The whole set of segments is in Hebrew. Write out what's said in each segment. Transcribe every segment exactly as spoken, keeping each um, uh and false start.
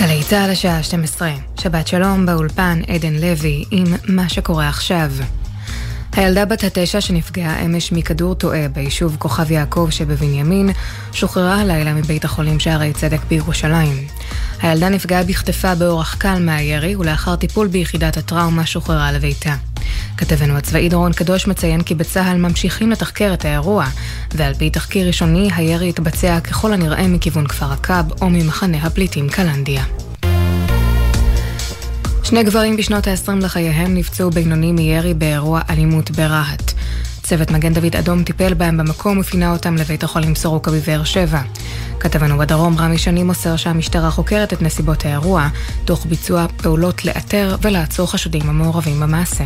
גלי צהל השעה שתים עשרה, שבת שלום באולפן עדן לוי עם מה שקורה עכשיו. הילדה בת התשע שנפגעה אמש מכדור טועה ביישוב כוכב יעקב שבבנימין שוחררה הלילה מבית החולים שערי צדק בירושלים. הילדה נפגעה בכתפה באורח קל מהירי ולאחר טיפול ביחידת הטראומה שוחררה לביתה. כתבנו הצבאי דורון קדוש מציין כי בצהל ממשיכים לתחקר את האירוע, ועל פי תחקיר ראשוני הירי התבצע ככל הנראה מכיוון כפר עקב או ממחנה הפליטים קלנדיה. שני גברים בשנות ה-עשרים לחייהם נפצעו בינוני מירי באירוע אלימות ברהט. צוות מגן דוד אדום טיפל בהם במקום ופינה אותם לבית החולים סורוקה בבאר שבע. כתבנו בדרום רמי שני מוסר שהמשטרה חוקרת את נסיבות האירוע, תוך ביצוע פעולות לאתר ולעצור חשודים המעורבים במעשה.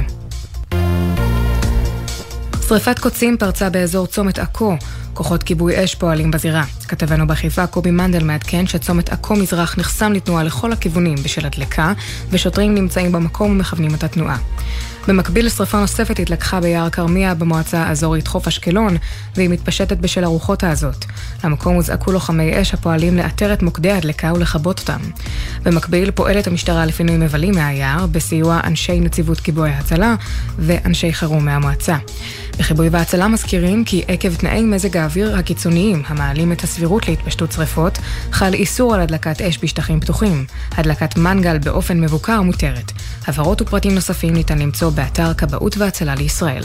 שריפת קוצים פרצה באזור צומת עכו, כוחות כיבוי אש פועלים בזירה. כתבנו בחיפה קובי מנדל מעדכן שצומת עכו מזרח נחסם לתנועה לכל הכיוונים בשל הדלקה, ושוטרים נמצאים במקום ומכוונים את התנועה. במקביל לשריפה נוספת התלקחה ביער קרמיה במועצה האזורית חוף אשקלון, והיא מתפשטת בשל הרוחות הזאת. למקום הוזעקו לוחמי אש הפועלים לאתר את מוקדי הדלקה ולכבות אותם. במקביל פועלת המשטרה לפינוי מבלים מהיער, בסיוע אנשי נציבות כיבוי הצלה ואנשי חירום מהמועצה. בכיבוי והצלה מזכירים כי עקב תנאי מזג האוויר הקיצוניים המעלים את הסבירות להתפשטות שריפות, חל איסור על הדלקת אש בשטחים פתוחים. הדלקת מנגל באופן מבוקר מותרת. הבהרות ופרטים נוספים ניתן למצוא באתר כבאות והצלה לישראל.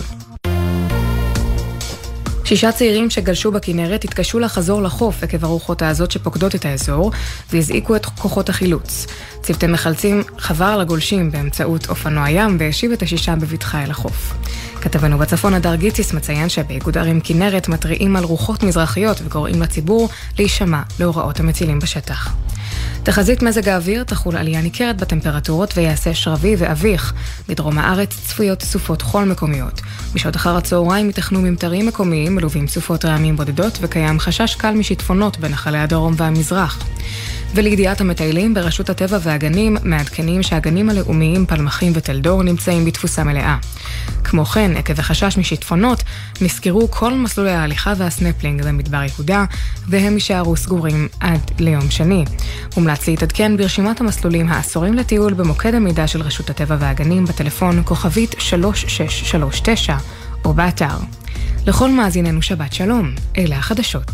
שישה צעירים שגלשו בכנרת התקשו לחזור לחוף עקב הרוחות העזות שפוקדות את האזור והזעיקו את כוחות החילוץ. צוותי מחלצים חבר לגולשים באמצעות אופנוע ים והשיב את השישה בבטחה אל החוף. כתבנו בצפון הדר גיציס מציין שבאיגוד ערים כנרת מתריעים על רוחות מזרחיות וקוראים לציבור להישמע להוראות המצילים בשטח. תחזית מזג האוויר תחול עלייה ניכרת בטמפרטורות ויעשה שרבי ואביך. בדרום הארץ צפויות סופות חול מקומיות. בשעות אחר הצהריים יתכנו ממטרים מקומיים מלווים סופות רעמים בודדות וקיים חשש קל משיטפונות בנחלי הדרום והמזרח. ולידיעת המטיילים ברשות הטבע והגנים מעדכנים שהגנים הלאומיים פלמחים ותלדור נמצאים בתפוסה מלאה. כמו כן, עקב החשש משיטפונות, נסקרו כל מסלולי ההליכה והסנפלינג במדבר יהודה, והם יישארו סגורים עד ליום שני. מומלץ להתעדכן ברשימת המסלולים האסורים לטיול במוקד המידע של רשות הטבע והגנים בטלפון כוכבית שלוש שש שלוש תשע או באתר. לכל מאזיננו שבת שלום, אלה החדשות.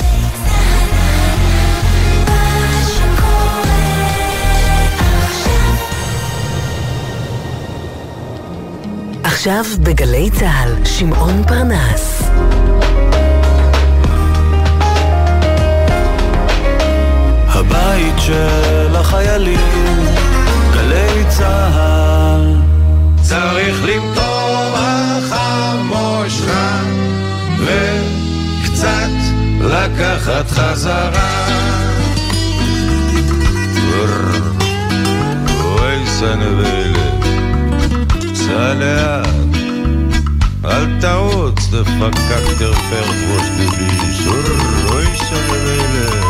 עכשיו בגלי צהל, שמעון פרנס. הבית של החיילים, גלי צהל. צריך למטור החמושך וקצת לקחת חזרה. אוי סנבלת לאט, אל תעוץ דפקק תרפר תבוש דביש אוי סנבלת.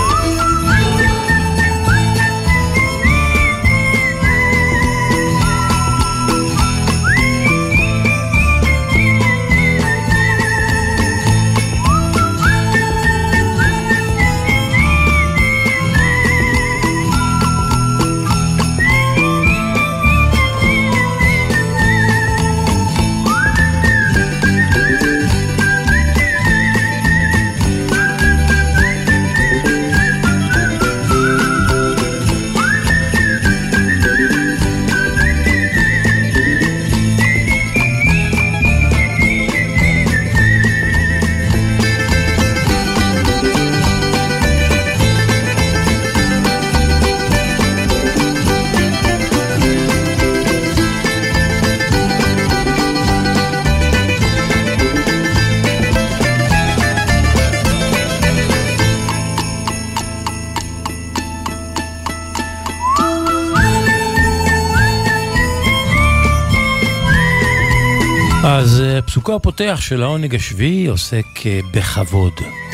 אז פסוקו הפותח של העונג השביעי עוסק בכבוד.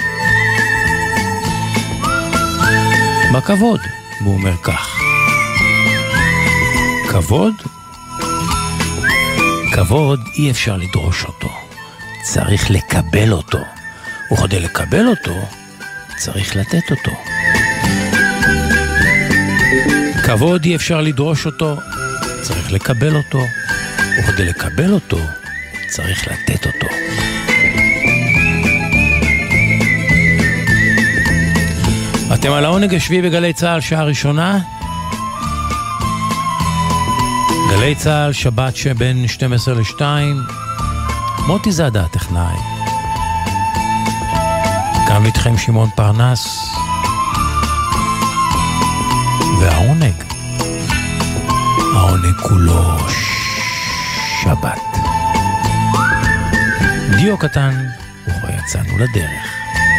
בכבוד, הוא אומר כך. כבוד? כבוד אי אפשר לדרוש אותו. צריך לקבל אותו. וכדי לקבל אותו, צריך לתת אותו. כבוד אי אפשר לדרוש אותו, צריך לקבל אותו, וכדי לקבל אותו, צריך לתת אותו. אתם על העונג השביעי בגלי צהל, שעה ראשונה. גלי צהל, שבת שבין שתים עשרה לשתיים. מוטי זאדה, הטכנאי. גם איתכם שמעון פרנס. והעונג, העונג כולו שבת. דיו קטן, וכו יצאנו לדרך.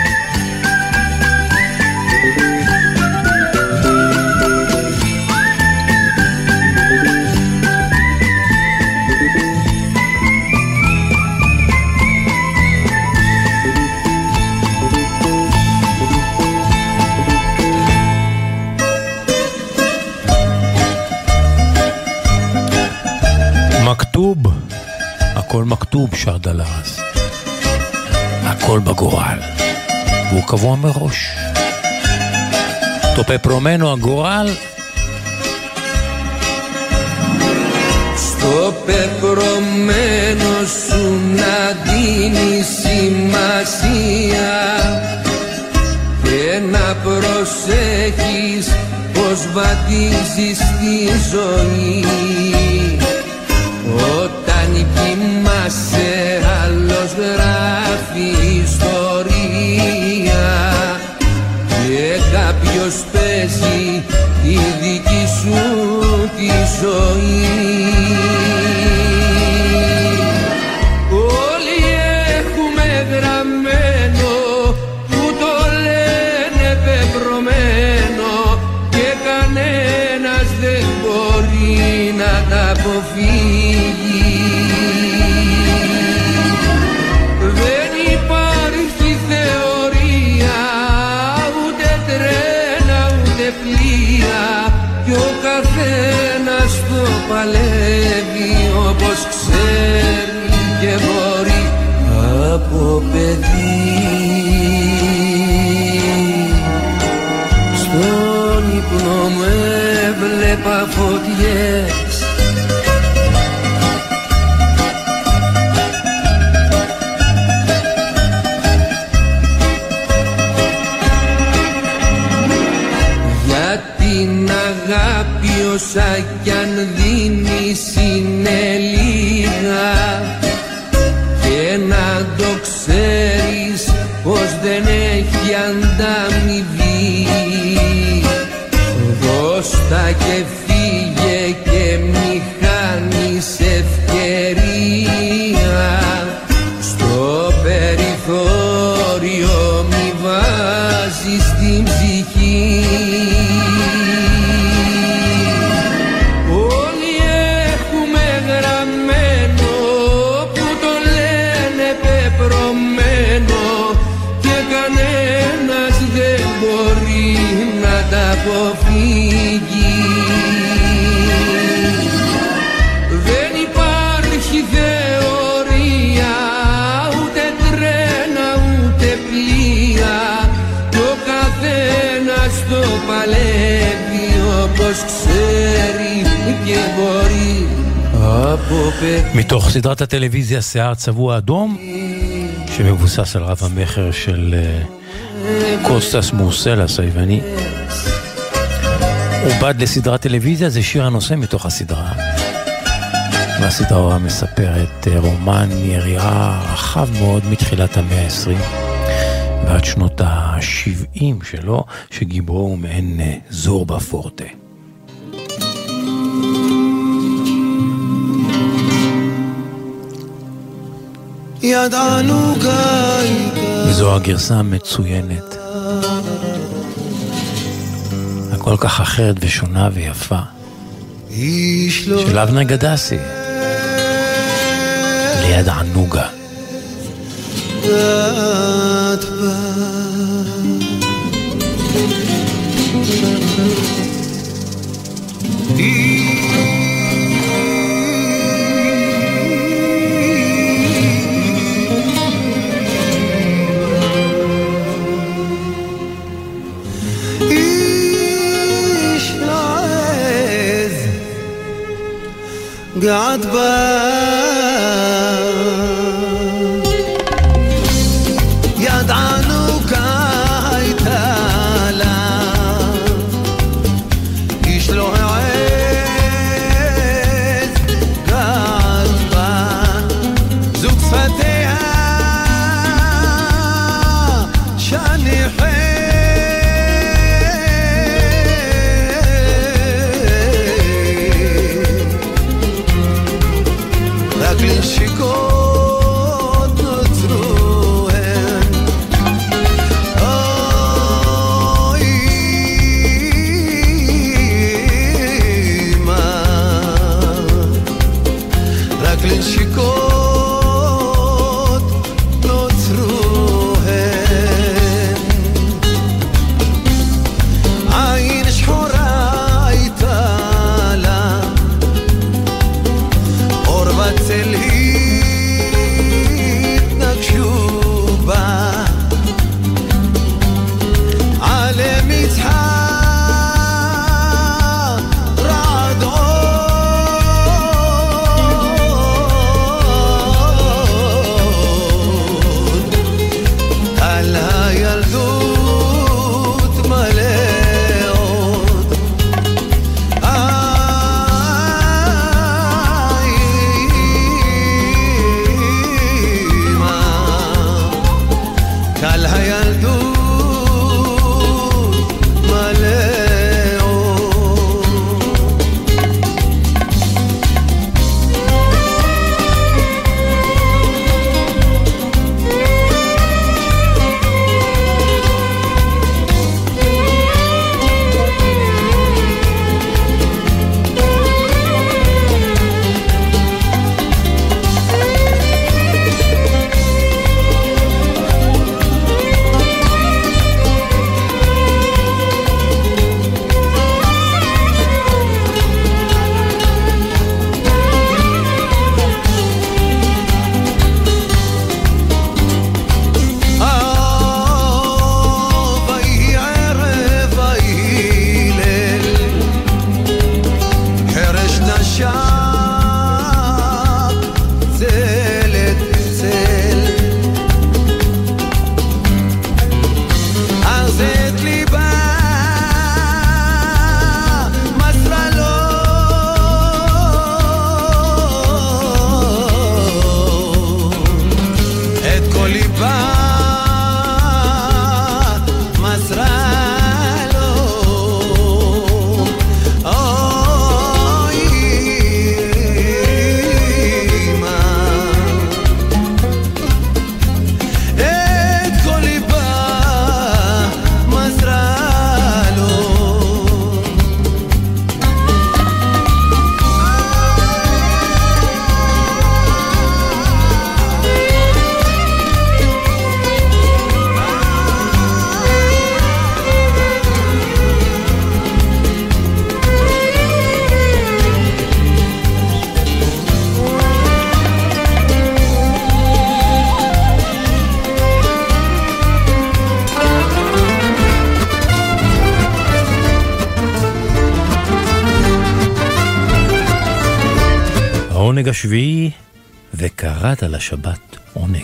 מכתוב, הכל מכתוב, שר דלרס. הכל בגורל, והוא קבוע מראש. טופה פרומנו הגורל. Στο πεπρωμένο σου να δίνει σημασία και να προσέχεις πως βαδίζεις τη ζωή. Όταν κοιμάσαι άλλος γράφει ιστορία και κάποιος παίζει τη δική σου τη ζωή. Όλοι έχουμε γραμμένο που το λένε πεπρωμένο και κανένας δεν μπορεί να τα αποφύγει. Δεν υπάρχει θεωρία, ούτε τρένα ούτε πλοία κι ο καθένας το παλεύει όπως ξέρει και μπορεί από παιδί. Στον ύπνο μου έβλεπα φωτιές για την αγάπη όσα κι αν δίνεις είναι λίγα και να το ξέρεις πως δεν έχει ανταμοιβή. Δώστα και φύγε και μη χάνεις ευκαιρία. Στο περιθώριο μη βάζεις την ψυχή. Όλοι έχουμε γραμμένο που το λένε πεπρωμένο και κανένας δεν μπορεί να τα αποφύγει. Δεν υπάρχει θεωρία, ούτε τρένα ούτε πλοία κι ο καθένας το παλεύει όπως ξέρει και μπορεί από παιδί. מתוך סדרת הטלוויזיה שיער צבוע אדום, שמבוסס על רב המחר של קוסטס מורסלס היווני, עובד לסדרת טלוויזיה. זה שיר הנושא מתוך הסדרה, והסדרה מספרת רומן יריעה רחב מאוד מתחילת המאה העשרים ועד שנות ה-שבעים שלו, שגיברו הוא מעין זורבה פורטה. ידענו גאית וזו הגרסה המצוינת, הכל כך אחרת ושונה ויפה, של אבנר גדסי, ליד ענוגה. איש נוער قعد بار ידענו כהייתה לה איש לא העז גד בה זוג שפתיה שאני חי רק לנשיקות נוצרו הן אוי מה רק לנשיקות נוצרו הן עין שחורה הייתה לה אור בצל התנגשו בה עלם יצחק רעד עוד על הילדות מלא עוד קל הילדות מלא אור ויהי ערב ויהי ליל חרש נשק צל את צל אז את ליבה מסרה לו את כל ליבה מסרה לו אוי מה את כל ליבה מסרה לו העונג השביעי, וקראת לשבת עונג.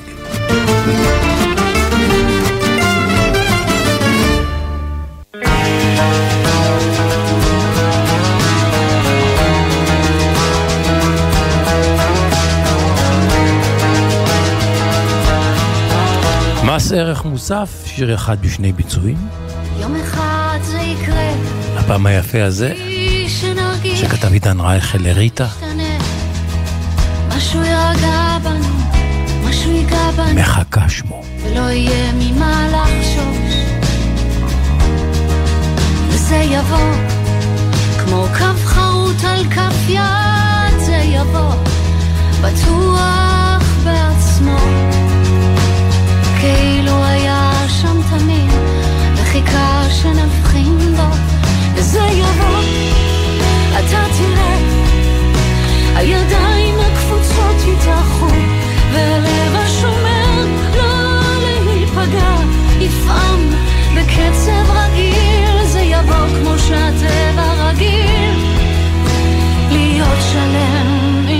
מס ערך מוסף, שיר אחד בשני ביצועים. יום אחד זה יקרה, הפעם היפה הזה, שנרגיש שכתב עידן רייכל לריטה, משהו ירגע בנו, משהו ייגע בנו, מחכה שמו. ולא יהיה ממה לחשוש, וזה יבוא כמו קו חרוט על כף יד, זה יבוא בטוח בעצמו, כאילו היה שם תמיד וחיכה שנבחין בו, וזה יבוא, אתה תראה הידיים הקפוצות יתאחו והלב השומר לא להיפגע יפעם בקצב רגיל, זה יבוא כמו שהטבע רגיל להיות שלם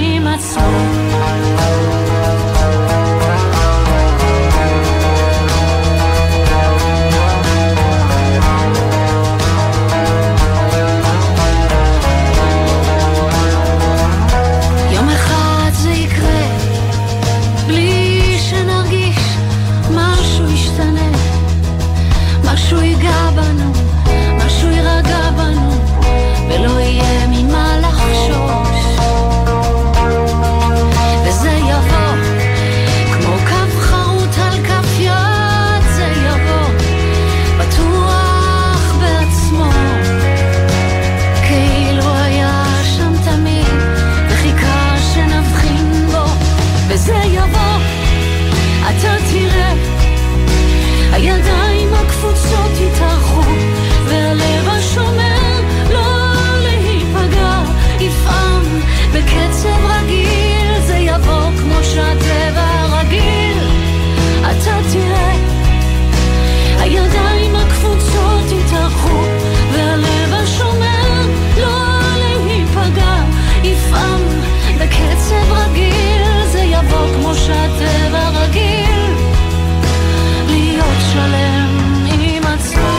כאילו היה שם תמיד וחיכה שנבחין בו וזה יבוא, אתה תראה הידיים הקפוצות יתארחו והלב השומר לא להיפגע יפעם בקצב רגיל, זה יבוא כמו שהטבע רגיל, אתה תראה הידיים הקפוצות יתארחו והלב השומר לא להיפגע יפעם בקצב רגיל, זה יבוא כמו שהטבע רגיל, להיות שלם עם עצמו.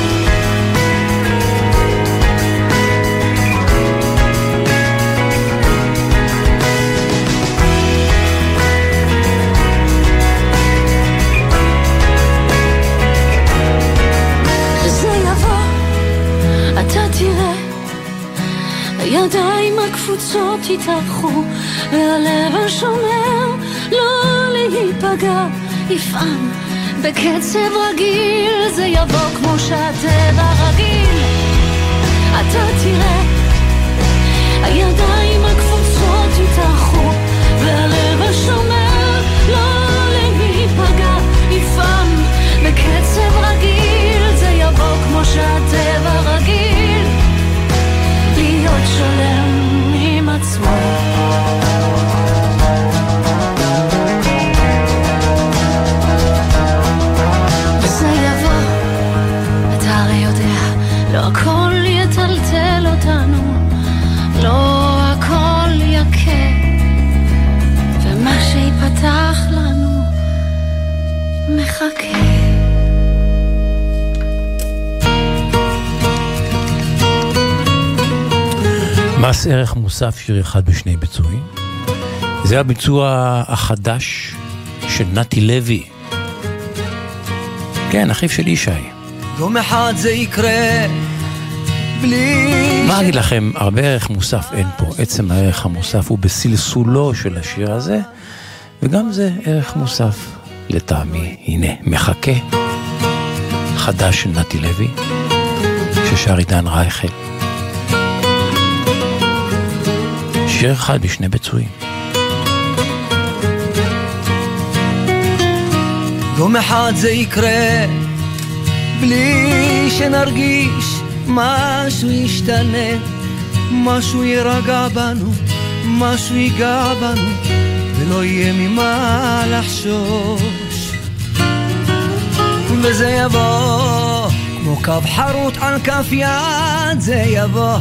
אתה תראה הידיים הקפוצות יתארחו והלב השומר לא להיפגע יפעם בקצב רגיל, זה יבוא כמו שהטבע רגיל, אתה תראה הידיים הקפוצות יתארחו והלב השומר לא להיפגע יפעם בקצב רגיל, זה יבוא כמו שהטבע רגיל, להיות שלם עם עצמו. וזה יבוא, אתה הרי יודע, לא הכל יטלטל אותנו, לא הכל יקה, ומה שיפתח לנו מחכה. מס ערך מוסף, שיר אחד בשני ביצועים. זה הביצוע החדש של נתי לוי. כן, אחיו של ישי. יום אחד זה יקרה בלי... מה אגיד לכם, הרבה ערך מוסף אין פה. עצם הערך המוסף הוא בסלסולו של השיר הזה, וגם זה ערך מוסף לטעמי. הנה, מחכה. חדש של נתי לוי, ששר עידן רייכל. שיר אחד בשני ביצועים. יום אחד זה יקרה בלי שנרגיש משהו ישתנה, משהו ירגע בנו, משהו ייגע בנו, ולא יהיה ממה לחשוש. וזה יבוא כמו קו חרוט על כף יד, זה יבוא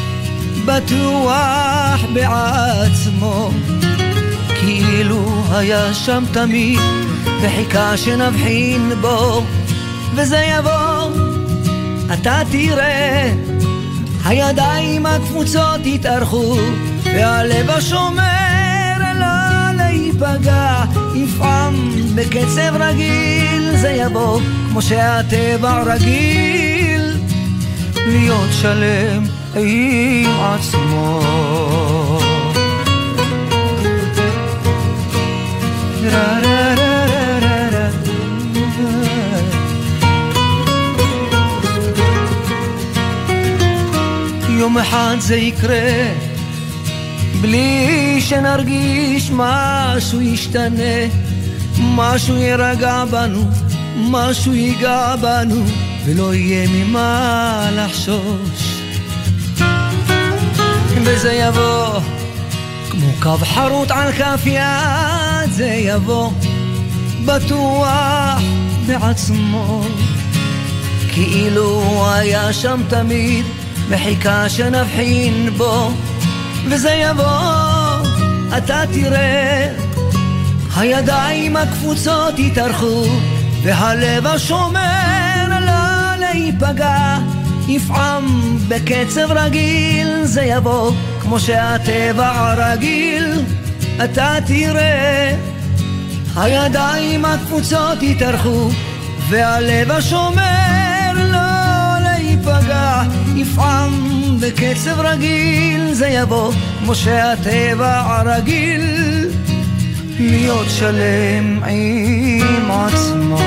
בטוח בעצמו, כאילו היה שם תמיד וחיכה שנבחין בו. וזה יבוא, אתה תראה הידיים הקפוצות יתארחו והלב השומר לא להיפגע יפעם בקצב רגיל, זה יבוא כמו שהטבע רגיל, להיות שלם עם עצמו. יום אחד זה יקרה בלי שנרגיש משהו ישתנה, משהו ירגע בנו, משהו ייגע בנו, ולא יהיה ממה לחשוש. וזה יבוא כמו קו חרוט על כף יד, זה יבוא בטוח בעצמו, כאילו היה שם תמיד וחיכה שנבחין בו. וזה יבוא, אתה תראה הידיים הקפוצות יתארחו והלב השומר לא להיפגע יפעם בקצב רגיל, זה יבוא כמו שהטבע רגיל, אתה תראה הידיים הקפוצות יתארחו והלב השומר לא להיפגע יפעם בקצב רגיל, זה יבוא כמו שהטבע רגיל, להיות שלם עם עצמו.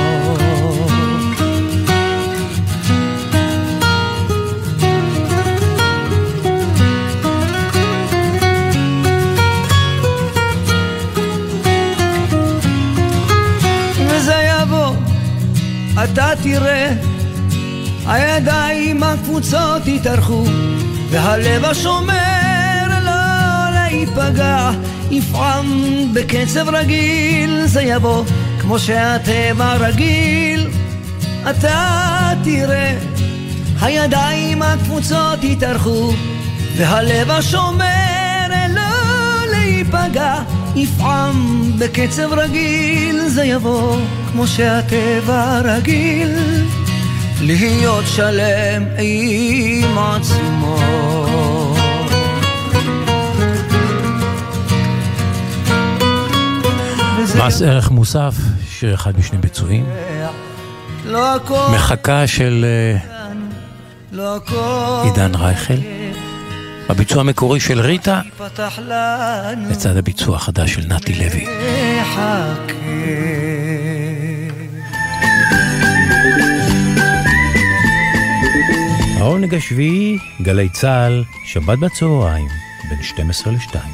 תראה, הידיים הקפוצות יתארחו, והלב השומר לא להיפגע, יפעם בקצב רגיל, זה יבוא כמו שהטבע רגיל. אתה תראה, הידיים הקפוצות יתארחו, והלב השומר לא להיפגע, יפעם בקצב רגיל, זה יבוא כמו שהטבע רגיל, להיות שלם עם עצמו. מס ערך מוסף, שיר אחד בשני ביצועים, לא הכל מחכה של לא הכל עידן רייכל, בביצוע המקורי של ריטה, פתח לנו לצד הביצוע החדש של נתי לוי. חכה. העונג השביעי, גלי צהל, שבת בצהריים, בין שתים עשרה לשתיים.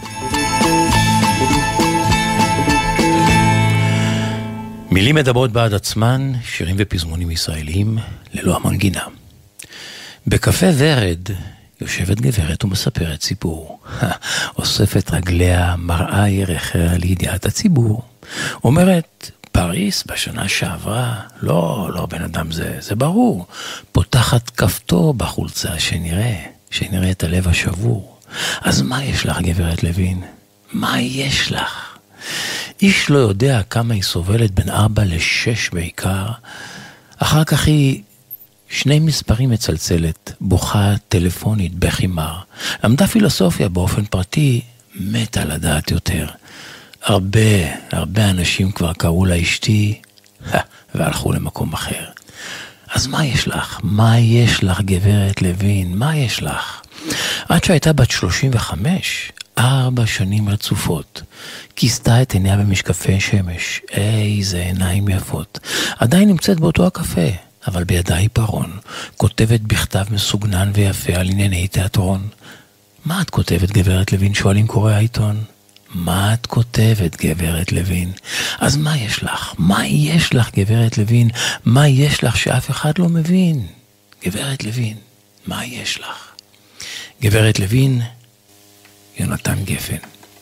מילים מדברות בעד עצמן, שירים ופזמונים ישראלים, ללא המנגינה. בקפה ורד יושבת גברת ומספרת סיפור. אוספת רגליה, מראה ירחיה לידיעת הציבור. אומרת, פריס בשנה שעברה, לא, לא בן אדם זה, זה ברור. פותחת כפתור בחולצה שנראה, שנראה את הלב השבור. אז מה יש לך גברת לוין? מה יש לך? איש לא יודע כמה היא סובלת בין ארבע לשש בעיקר. אחר כך היא שני מספרים מצלצלת, בוכה טלפונית בחימר. למדה פילוסופיה באופן פרטי, מתה לדעת יותר. הרבה, הרבה אנשים כבר קראו לה אשתי, והלכו למקום אחר. אז מה יש לך? מה יש לך גברת לוין? מה יש לך? עד שהייתה בת שלושים וחמש, ארבע שנים רצופות, כיסתה את עיניה במשקפי שמש. איזה עיניים יפות. עדיין נמצאת באותו הקפה, אבל בידה עיפרון. כותבת בכתב מסוגנן ויפה על ענייני תיאטרון. מה את כותבת גברת לוין? שואלים קורא העיתון. מה את כותבת גברת לוין? אז מה יש לך? מה יש לך גברת לוין? מה יש לך שאף אחד לא מבין? גברת לוין, מה יש לך? גברת לוין, יונתן גפן.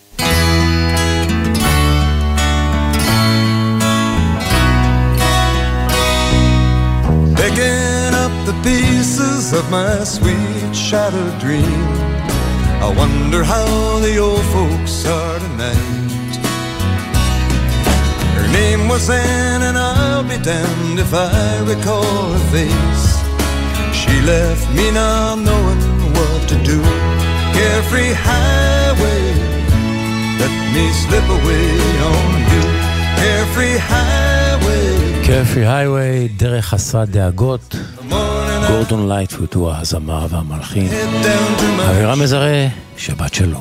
Picking up the pieces of my sweet shattered dream, I wonder how the old folks are tonight. Her name was Anne, and I'll be damned if I recall her face. She left me not knowing what to do. Carefree highway, let me slip away on you. Carefree highway, Carefree highway, דרך חסרת דאגות. גורדון לייטפוט הוא הזמר והמלחין. אבירם מזרה, שבת שלום.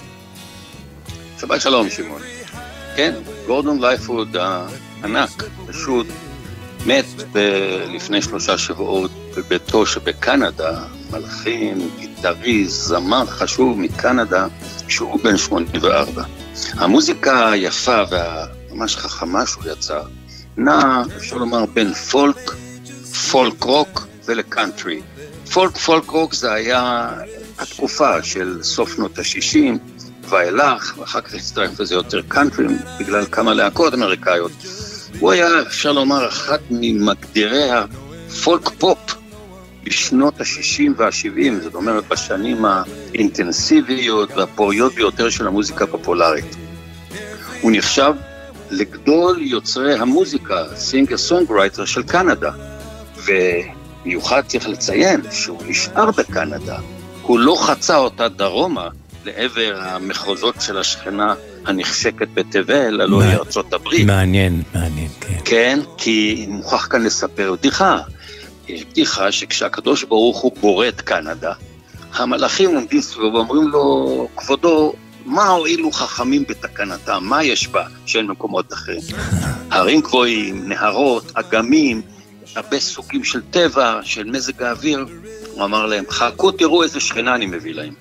שבת שלום שמעון. כן, גורדון לייטפוט הענק, פשוט מת ב- לפני שלושה שבועות בביתו שבקנדה, מלחין, גיטריסט, זמר חשוב מקנדה, שהוא בן שמונים וארבע. המוזיקה היפה והממש חכמה שהוא יצר, נע, אפשר לומר, בין פולק, פולק רוק ולקאנטרי. פולק, פולק רוק זה היה התקופה של סוף שנות ה-שישים, ואילך, ואחר כך הצטרף לזה יותר קאנטרי, בגלל כמה להקות אמריקאיות. הוא היה, אפשר לומר, אחת ממגדירי הפולק פופ בשנות ה-שישים וה-שבעים, זאת אומרת, בשנים האינטנסיביות והפוריות ביותר של המוזיקה הפופולרית. הוא נחשב לגדול יוצרי המוזיקה, סינגר סונגרייטר של קנדה, ומיוחד צריך לציין שהוא נשאר בקנדה, הוא לא חצה אותה דרומה לעבר המחוזות של השכנה הנחשקת בתבל, הלוא היא ארצות הברית. מעניין, מעניין, כן. כן, כי מוכרח כאן לספר בדיחה. יש בדיחה שכשהקדוש ברוך הוא בורא את קנדה, המלאכים עומדים סביבו ואומרים לו, כבודו, מה הועילו חכמים בתקנתם? מה יש בה שאין מקומות אחרים? הרים גבוהים, נהרות, אגמים, הרבה סוגים של טבע, של מזג האוויר. הוא אמר להם, חכו תראו איזה שכנה אני מביא להם.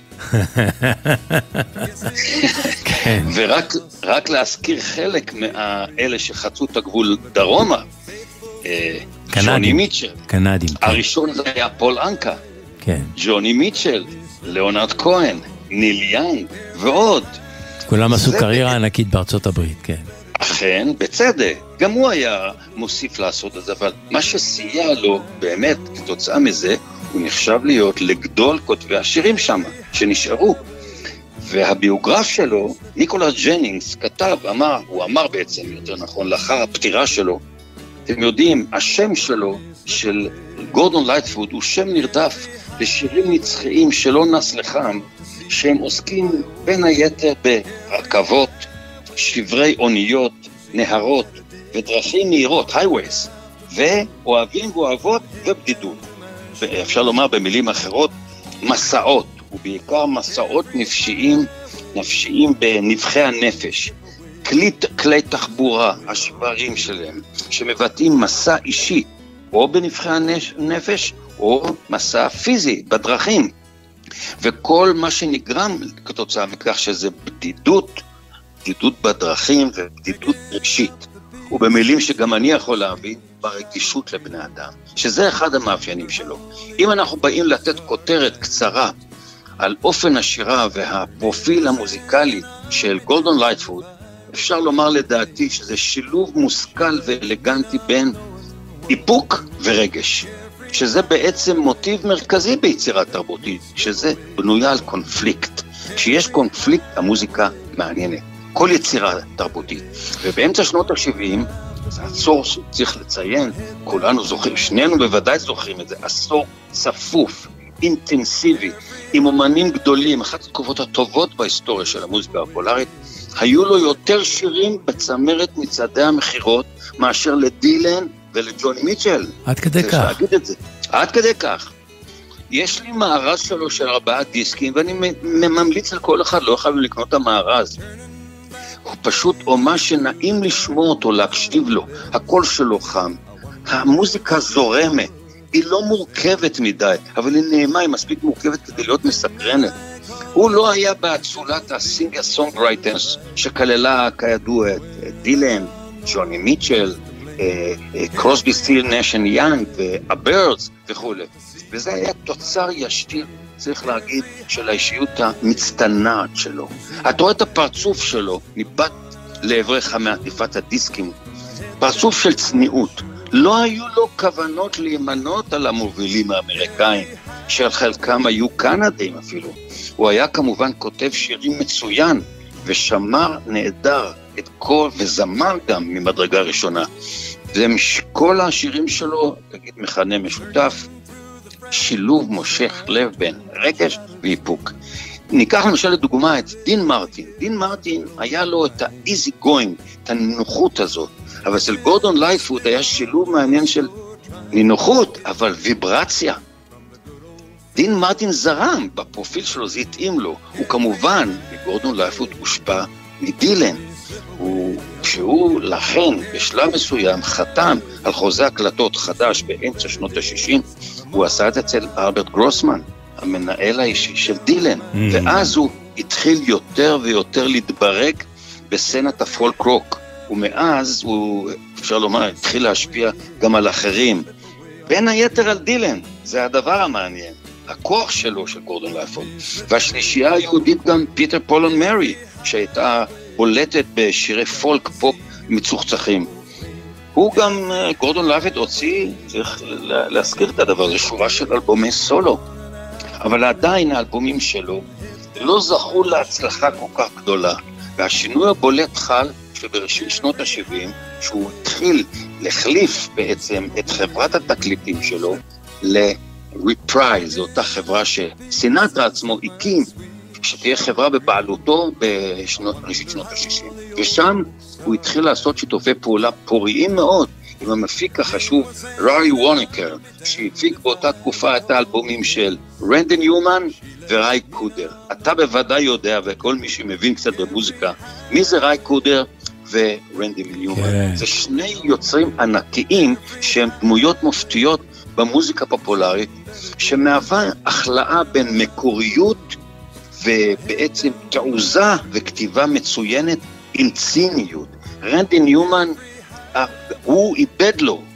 ורק רק להזכיר חלק מאלה שחצו את הגבול דרומה, ג'וני מיטשל. קנדים. הראשון זה היה פול אנקה. כן. ג'וני מיטשל, ליאונרד כהן, ניל יאנג ועוד. כולם עשו קריירה ענקית בארצות הברית, כן. אכן, בצדק. גם הוא היה מוסיף לעשות את זה, אבל מה שסייע לו באמת כתוצאה מזה, הוא נחשב להיות לגדול כותבי השירים שם, שנשארו. והביוגרף שלו, ניקולס ג'נינגס כתב, אמר, הוא אמר בעצם, יותר נכון, לאחר הפטירה שלו, אתם יודעים, השם שלו, של גורדון לייטפוד, הוא שם נרדף לשירים נצחיים שלא נס לחם, שהם עוסקים בין היתר ברכבות, שברי אוניות, נהרות ודרכים מהירות, highways, ואוהבים ואוהבות ובדידות. ואפשר לומר במילים אחרות, מסעות, ובעיקר מסעות נפשיים, נפשיים בנבחי הנפש. כלי, כלי תחבורה, השברים שלהם, שמבטאים מסע אישי, או בנבחי הנפש, או מסע פיזי, בדרכים. וכל מה שנגרם כתוצאה מכך שזה בדידות, בדידות בדרכים ובדידות רגשית. ובמילים שגם אני יכול להבין, ברגישות לבני אדם, שזה אחד המאפיינים שלו. אם אנחנו באים לתת כותרת קצרה על אופן השירה והפרופיל המוזיקלי של גורדון לייטפוד, אפשר לומר לדעתי שזה שילוב מושכל ואלגנטי בין איפוק ורגש, שזה בעצם מוטיב מרכזי ביצירה תרבותית, שזה בנויה על קונפליקט. כשיש קונפליקט, המוזיקה מעניינת. כל יצירה תרבותית. ובאמצע שנות ה-שבעים, זה עשור שצריך לציין, כולנו זוכרים, שנינו בוודאי זוכרים את זה, עשור צפוף, אינטנסיבי, עם אומנים גדולים, אחת התקופות הטובות בהיסטוריה של המוזיקה הפופולרית, היו לו יותר שירים בצמרת מצעדי המחירות, מאשר לדילן ולג'וני מיטשל. עד כדי כך. להגיד את זה. עד כדי כך. יש לי מארז שלו של ארבעה דיסקים, ואני ממליץ על כל אחד, לא חייבים לקנות את המארז. הוא פשוט אומה שנעים לשמוע אותו, להקשיב לו. הקול שלו חם. המוזיקה זורמת. היא לא מורכבת מדי, אבל היא נעימה, היא מספיק מורכבת כדי להיות מסקרנת. הוא לא היה באצולת הסינגר סונגרייטרס, שכללה כידוע את דילן, ג'וני מיטשל, קרוסבי סטיל נשן יאנג, והבירדס וכו'. וזה היה תוצר ישיר, צריך להגיד, של האישיות המצטנעת שלו. אתה רואה את הפרצוף שלו, ניבט לעברך מעטיפת הדיסקים, פרצוף של צניעות. לא היו לו כוונות להימנות על המובילים האמריקאים, של חלקם היו קנדים אפילו. הוא היה כמובן כותב שירים מצוין, ושמר נהדר את כל, וזמר גם ממדרגה ראשונה. וכל השירים שלו, תגיד מכנה משותף, שילוב מושך לב בין רגש ואיפוק. ניקח למשל לדוגמה את דין מרטין. דין מרטין היה לו את ה-easy going, את הנינוחות הזאת. אבל אצל גורדון לייטפוד היה שילוב מעניין של נינוחות, אבל ויברציה. דין מרטין זרם, בפרופיל שלו זה התאים לו. הוא כמובן, גורדון לייטפוד הושפע מדילן. הוא, כשהוא לכן בשלב מסוים חתם על חוזה הקלטות חדש באמצע שנות ה-שישים, הוא עשה את זה אצל אלברט גרוסמן, המנהל האישי של דילן. Mm. ואז הוא התחיל יותר ויותר להתברג בסצנת הפולק רוק. ומאז הוא, אפשר לומר, התחיל להשפיע גם על אחרים. בין היתר על דילן, זה הדבר המעניין. הכוח שלו של גורדון לייטפוד. והשלישייה היהודית גם פיטר פול אנד מרי, שהייתה בולטת בשירי פולק פופ מצוחצחים. הוא גם, גורדון לייטפוד הוציא, צריך להזכיר את הדבר, זה שורה של אלבומי סולו. אבל עדיין האלבומים שלו לא זכו להצלחה כל כך גדולה. והשינוי הבולט חל שבראשית שנות ה-שבעים, שהוא התחיל להחליף בעצם את חברת התקליטים שלו ל-Reprise, זו אותה חברה שסינטרה עצמו הקים, שתהיה חברה בבעלותו בראשית שנות ה-שישים. ושם הוא התחיל לעשות שיתופי פעולה פוריים מאוד, עם המפיק החשוב ראי ווניקר, שהפיק באותה תקופה את האלבומים של רנדי ניומן וראי קודר. אתה בוודאי יודע, וכל מי שמבין קצת במוזיקה, מי זה ראי קודר ורנדי ניומן. כן. זה שני יוצרים ענקיים שהם דמויות מופתיות במוזיקה פופולרית, שמהווה החלאה בין מקוריות ובעצם תעוזה וכתיבה מצוינת עם ציניות. רנדי ניומן, הוא איבד לו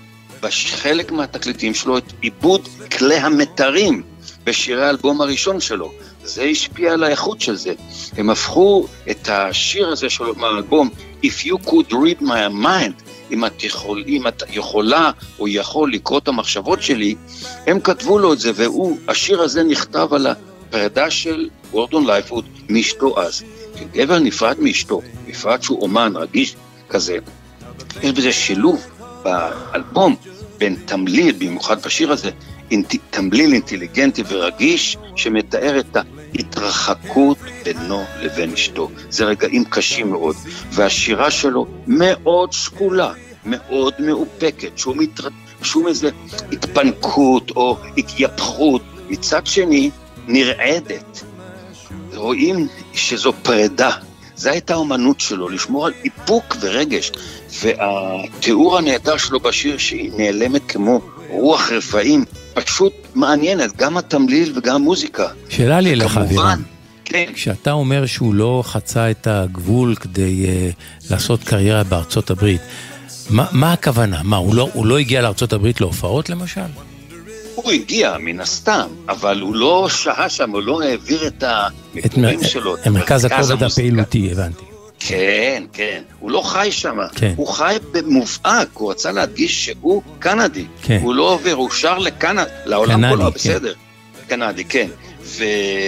בחלק מהתקליטים שלו את עיבוד כלי המתרים בשירי האלבום הראשון שלו. זה השפיע על האיכות של זה. הם הפכו את השיר הזה שלו מהאלבום If You Could Read My Mind, אם את, יכול, אם את יכולה או יכול לקרוא את המחשבות שלי, הם כתבו לו את זה, והשיר הזה נכתב על הפרידה של גורדון לייפווד מאשתו אז. גבר נפרד מאשתו, בפרט שהוא אומן רגיש כזה. יש בזה שילוב באלבום בין תמליל, במיוחד בשיר הזה, תמליל אינטליגנטי ורגיש שמתאר את ההתרחקות בינו לבין אשתו. זה רגעים קשים מאוד, והשירה שלו מאוד שקולה, מאוד מאופקת, שום, התר... שום איזה התפנקות או התייפכות, מצד שני נרעדת. רואים שזו פרידה. זו הייתה האמנות שלו, לשמור על איפוק ורגש, והתיאור הנהדר שלו בשיר שהיא נעלמת כמו רוח רפאים, פשוט מעניינת, גם התמליל וגם המוזיקה. שאלה לי אליך, אבירם. כן. כשאתה אומר שהוא לא חצה את הגבול כדי uh, לעשות קריירה בארצות הברית, מה, מה הכוונה? מה, הוא לא, הוא לא הגיע לארצות הברית להופעות למשל? הוא הגיע מן הסתם, אבל הוא לא שהה שם, הוא לא העביר את המקורים שלו. את מרכז הכובד הפעילותי, הבנתי. כן, כן. הוא לא חי שם. כן. הוא חי במובהק, הוא רצה להדגיש שהוא קנדי. כן. הוא לא עובר, הוא שר לקנד, לעולם קנדי, כולו, כן. בסדר. קנדי, כן. ו...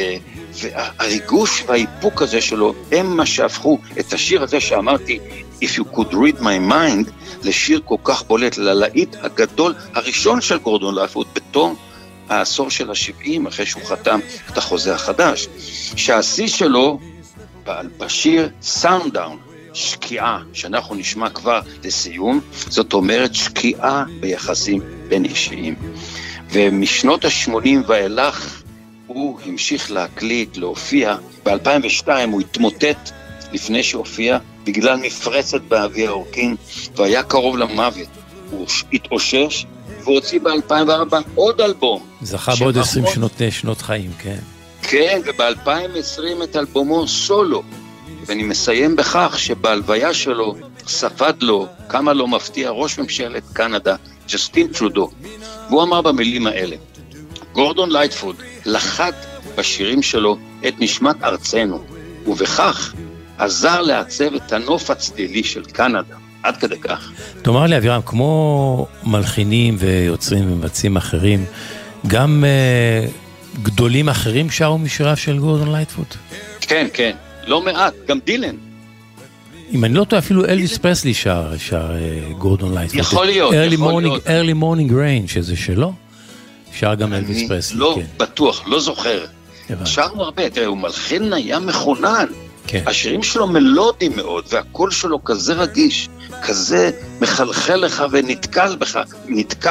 והריגוש והאיפוק הזה שלו, הם מה שהפכו את השיר הזה שאמרתי, If you could read my mind, לשיר כל כך בולט, ללהיט הגדול הראשון של גורדון לייפווד, בתום העשור של ה-שבעים, אחרי שהוא חתם את החוזה החדש. שהשיא שלו, בשיר סאונדאון, שקיעה, שאנחנו נשמע כבר לסיום, זאת אומרת שקיעה ביחסים בין אישיים. ומשנות ה-שמונים ואילך, הוא המשיך להקליט, להופיע. ב-אלפיים ושתיים הוא התמוטט לפני שהופיע, בגלל מפרצת באבי העורקים, והיה קרוב למוות. הוא התאושש, והוציא ב-אלפיים וארבע עוד אלבום. זכה בעוד עשרים שנות, שנות חיים, כן. כן, וב-אלפיים ועשרים את אלבומו סולו. ואני מסיים בכך שבהלוויה שלו ספד לו, כמה לא מפתיע, ראש ממשלת קנדה, ג'סטין טרודו. והוא אמר במילים האלה, גורדון לייפווד לחד בשירים שלו את נשמת ארצנו, ובכך עזר לעצב את הנוף הצלילי של קנדה, עד כדי כך. תאמר לי, אבירם, כמו מלחינים ויוצרים ומבצעים אחרים, גם uh, גדולים אחרים שרו משיריו של גורדון לייפווד? כן, כן, לא מעט, גם דילן. אם אני לא טועה, אפילו אלוויס פרסלי שר, שר uh, גורדון לייפווד. יכול להיות, early יכול morning, להיות. early morning rain, שזה שלו, שר גם אלוויס פרסלי. אני לא כן. בטוח, לא זוכר. שרנו הרבה, תראה, הוא מלחין היה מכונן. כן. השירים שלו מלודי מאוד, והקול שלו כזה רגיש, כזה מחלחל לך ונתקל בך, נתקע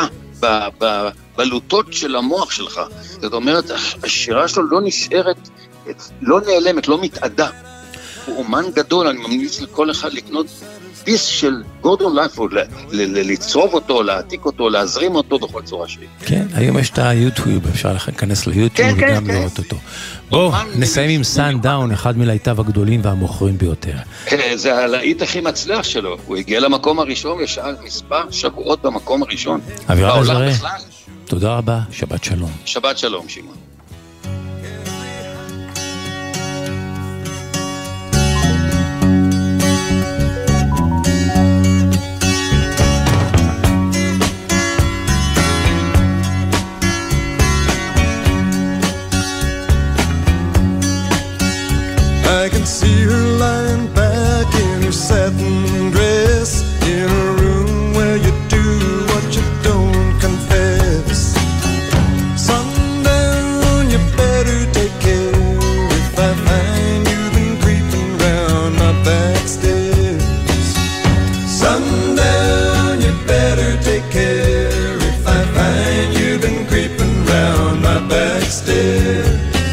בבלוטות של המוח שלך. זאת אומרת, השירה שלו לא נשארת, לא נעלמת, לא מתעדה. הוא אומן גדול, אני ממליץ לכל אחד לקנות ביס של גורדון לייפווד, לצרוב אותו, להעתיק אותו, להזרים אותו בכל צורה שלי. כן, היום יש את היוטיוב, אפשר להיכנס ליוטיוב וגם לראות אותו. בואו, נסיים עם סאנדאון, אחד מלהיטיו הגדולים והמוכרים ביותר. זה הלהיט הכי מצליח שלו, הוא הגיע למקום הראשון, ושאל מספר שבועות במקום הראשון. אבירם עזרא, תודה רבה, שבת שלום. שבת שלום, שמעון. I can see her lying back in her satin dress, in a room where you do what you don't confess. Sundown, you better take care if I find you've been creeping round my back stairs. Sundown, you better take care if I find you've been creeping round my back stairs.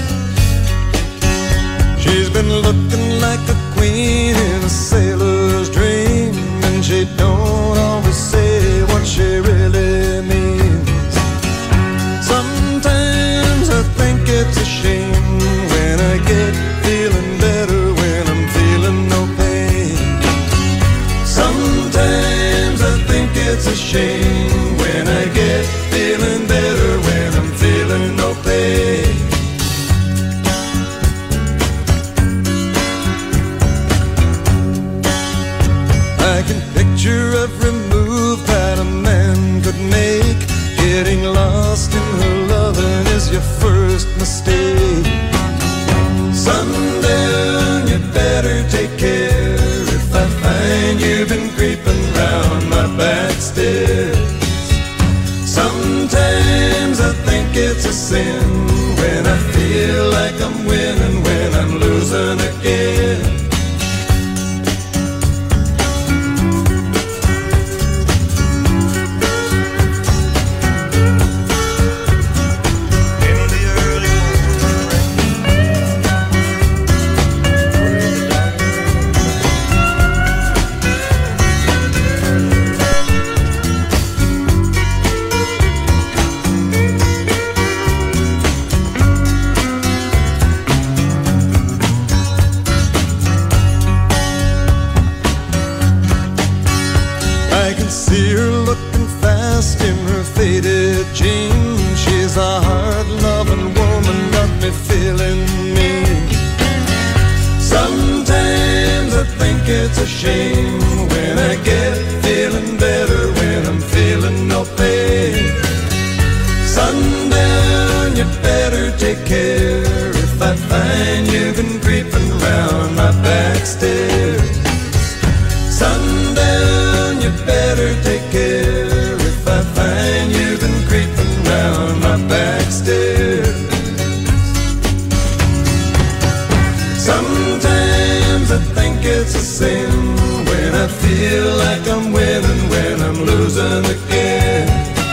She's been looking like a queen in a sailor's dream, and she don't always say what she really means. Sometimes I think it's a shame when I get feeling better when I'm feeling no pain. Sometimes I think it's a shame when sin when I feel like I'm winning, when I'm losing again. Faded jeans, she's a hard-loving woman, got me feeling mean. Sometimes I think it's a shame when I get feeling better, when I'm feeling no pain. Sundown, you better take care if I find you've been creeping round my back stairs. Sundown, you better take care if I find you've been creeping round my back stairs. Sometimes I think it's a sin when I feel like I'm winning, when I'm losing again.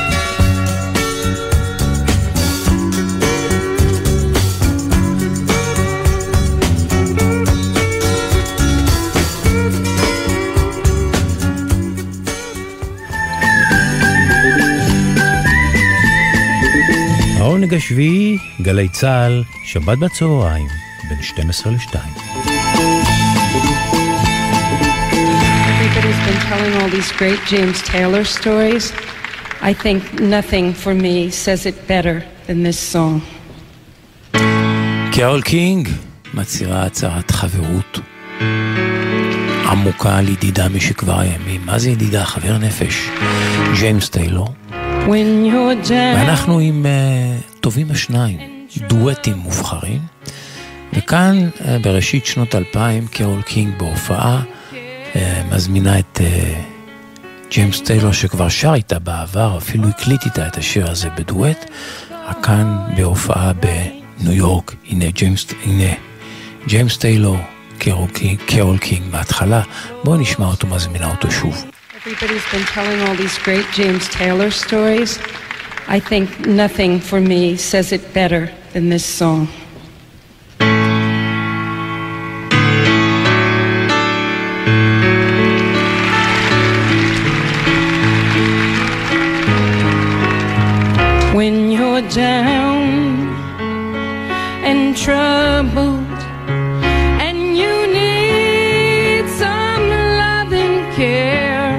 העונג השביעי, גלי צהל, שבת בצהריים, בין שתים עשרה לשתיים. Everybody's been telling all these great James Taylor stories. I think nothing for me says it better than this song. קרול קינג מצהירה הצהרת חברות עמוקה על ידידה משכבר הימים. מה זה ידידה? חבר נפש. ג'יימס טיילור. ואנחנו עם uh, טובים השניים, דואטים מובחרים, וכאן uh, בראשית שנות אלפיים קרול קינג בהופעה uh, מזמינה את uh, ג'יימס טיילור שכבר שר איתה בעבר, אפילו הקליט איתה את השיר הזה בדואט, כאן בהופעה בניו יורק. הנה ג'יימס, הנה ג'יימס טיילור, קרול קינג, קרול קינג בהתחלה. בואו נשמע אותו, מזמינה אותו שוב. Everybody's been telling all these great James Taylor stories. I think nothing for me says it better than this song. When you're down and troubled and you need some love and care,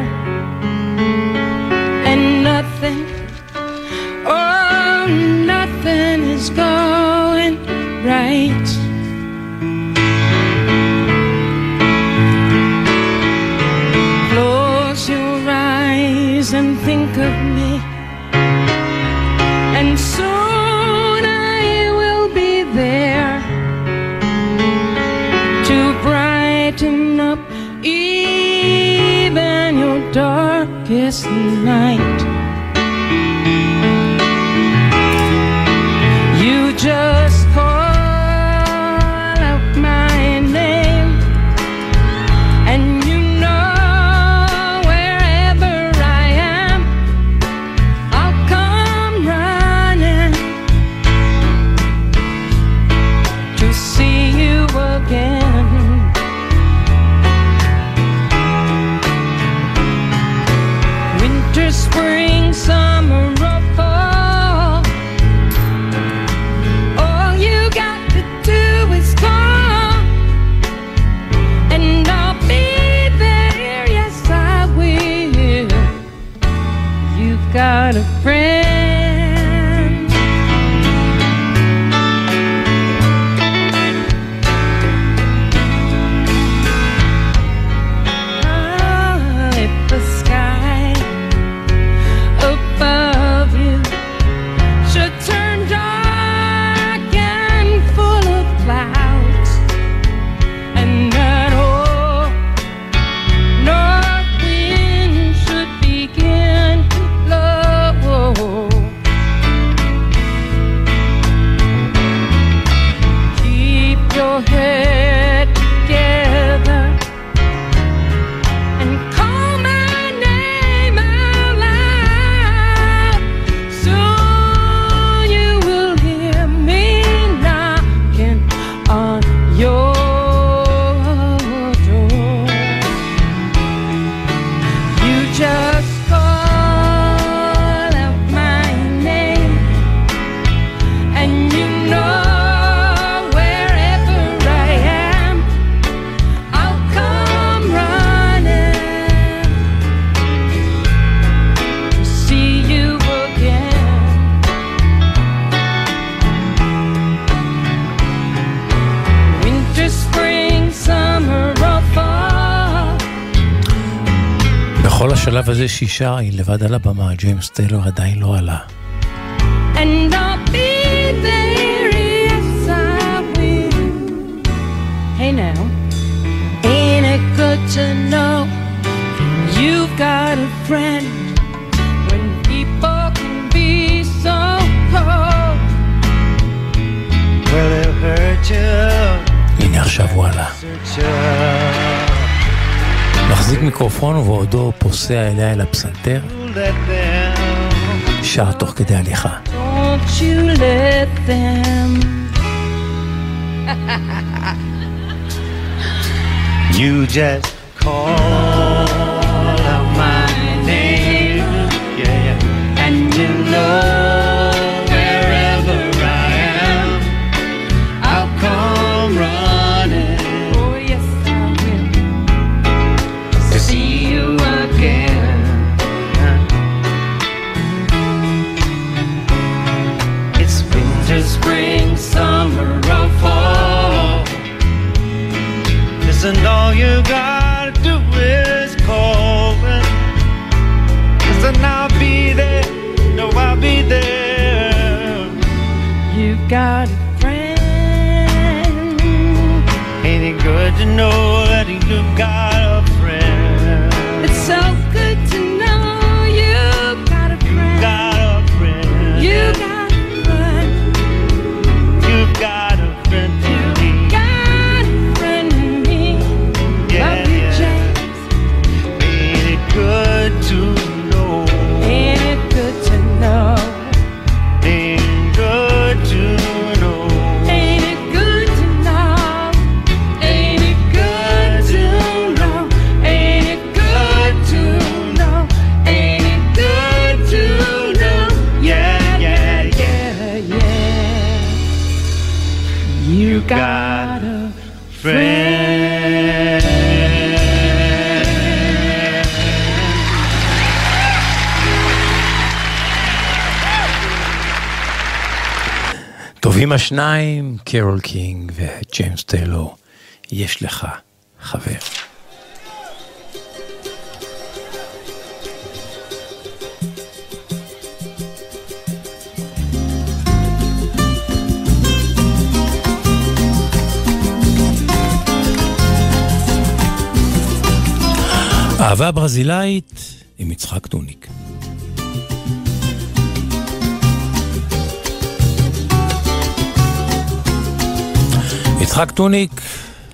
oh, nothing is going right. Close your eyes and think of me, and soon I will be there to brighten up even your darkest night. Just call out my name, and you know wherever I am, I'll come running to see you again. Winter, spring, summer, or fall, got a friend. your head together and call my name out loud. Soon you will hear me knocking on your door. You just call out my name, and you know wherever I am, I'll come running to see you again. Winter, spring, summer or fall. בכל השלב הזה שישה היא לבד על הבמה, ג'יימס טיילור עדיין לא עלה. And I'll be there, yes I will. Hey now, ain't it good to know you've got a friend when people can be so cold? Well, it hurt you, הנה עכשיו הוא עלה. hurt you. מחזיק מיקרופון ובעודו פוסע אליה אל הפסנתר, Let them, שר תוך כדי הליכה. Don't you let them. you just call out my name, yeah, yeah. And you know wherever I am, I'll come running Oh yes I will. to see you again. It's winter, spring, summer or fall. Listen, all you gotta do is call me. Listen, I'll be there, no, I'll be there. You've got a friend. Ain't it good to know that you've got a friend? It's so good to know you've got a friend. Got a friend. You got a friend. You've got a friend to me. Got a friend in me. Yeah, Love you, yeah. James. Ain't it good to know? Ain't it good to know? Ain't it good to know? Ain't it good to know? Ain't it good to know? Ain't it good to know? Ain't it good to know? Yeah, yeah, Yeah, yeah. You got a friend. טובים השניים, קרול קינג וג'יימס טיילור, יש לך חבר. אהבה ברזילאית עם יצחק טוניק. יצחק טוניק,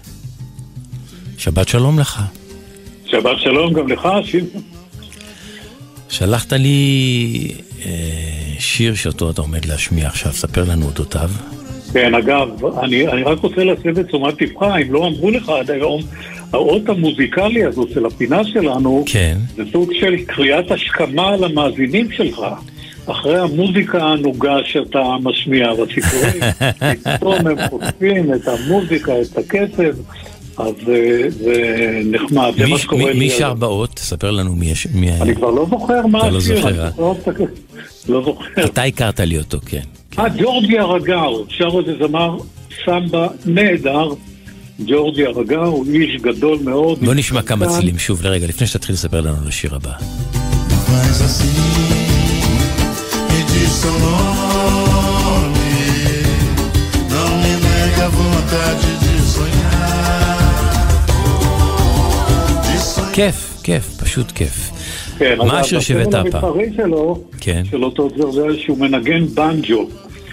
שבת שלום לך. שבת שלום גם לך, שמעון. שלחת לי אה, שיר שאותו אתה עומד להשמיע עכשיו, ספר לנו אודותיו. כן, אגב, אני, אני רק רוצה להסב את תשומת לבך, אם לא אמרו לך עד היום, האות המוזיקלי הזו של הפינה שלנו, כן. זה סוג של קריאת השכמה למאזינים שלך, אחרי המוזיקה הנוגה שאתה משמיע בסיפורים. פתאום הם חושפים את המוזיקה, את הקצב, אז זה נחמד. מי, מי, מי שר באות? ספר לנו מי יש... מי... אני כבר לא זוכר מה אתה השיר. לא זוכר, אני לא זוכר. אתה הכרת לי אותו, כן. אה, ג'ורג'י ארגר, שר איזה זמר סמבה נהדר. ג'ורג'י ארגר הוא איש גדול מאוד. בוא נשמע כמה צלילים שוב לרגע, לפני שתתחיל לספר לנו על השיר הבא. Mas assim, me diz seu nome, não me nega a vontade de sonhar. De sonhar. כיף, כיף, פשוט כיף. כן, מה השיר שהבאת הפעם? המספרי שלו, כן. של אותו ג'ורג'י, שהוא מנגן בנג'ו.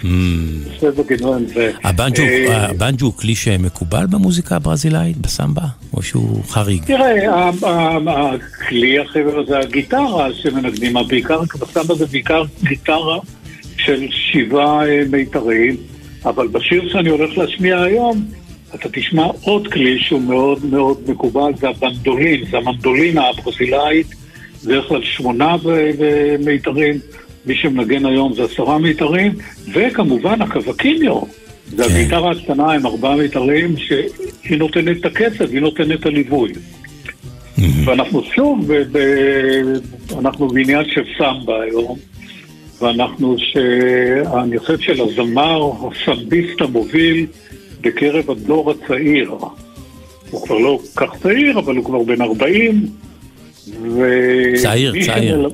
זה בגדול זה. הבנג'ו הוא כלי שמקובל במוזיקה הברזילאית, בסמבה? או שהוא חריג? תראה, הכלי אחר זה הגיטרה שמנגנים, בעיקר, בסמבה זה בעיקר גיטרה של שבעה מיתרים, אבל בשיר שאני הולך להשמיע היום, אתה תשמע עוד כלי שהוא מאוד מאוד מקובל, זה הבנדולין, זה המנדולינה הברזילאית, דרך כלל שמונה מיתרים, מי שמנגן היום זה עשרה מיתרים, וכמובן הקווקיניו, זה הגיטרה הקטנה עם ארבעה מיתרים, שהיא נותנת את הקצב, היא נותנת את הליווי. ואנחנו שוב, אנחנו בעניין של סמבה היום, ואנחנו, אני חושב של הזמר, הסמביסט המוביל, בקרב הדור הצעיר. הוא כבר לא כך צעיר, אבל הוא כבר בן ארבעים. ו... צעיר, צעיר.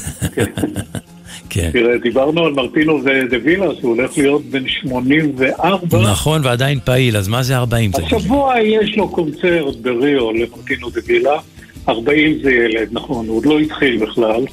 כן. תראה, דיברנו על מרטינו ודווילה, שהוא הולך להיות בן שמונים וארבע. נכון, ועדיין פעיל, אז מה זה ארבעים? השבוע יש לו קונצרט בריו למרטינו דווילה. ארבעים זה ילד, נכון, הוא עוד לא התחיל בכלל.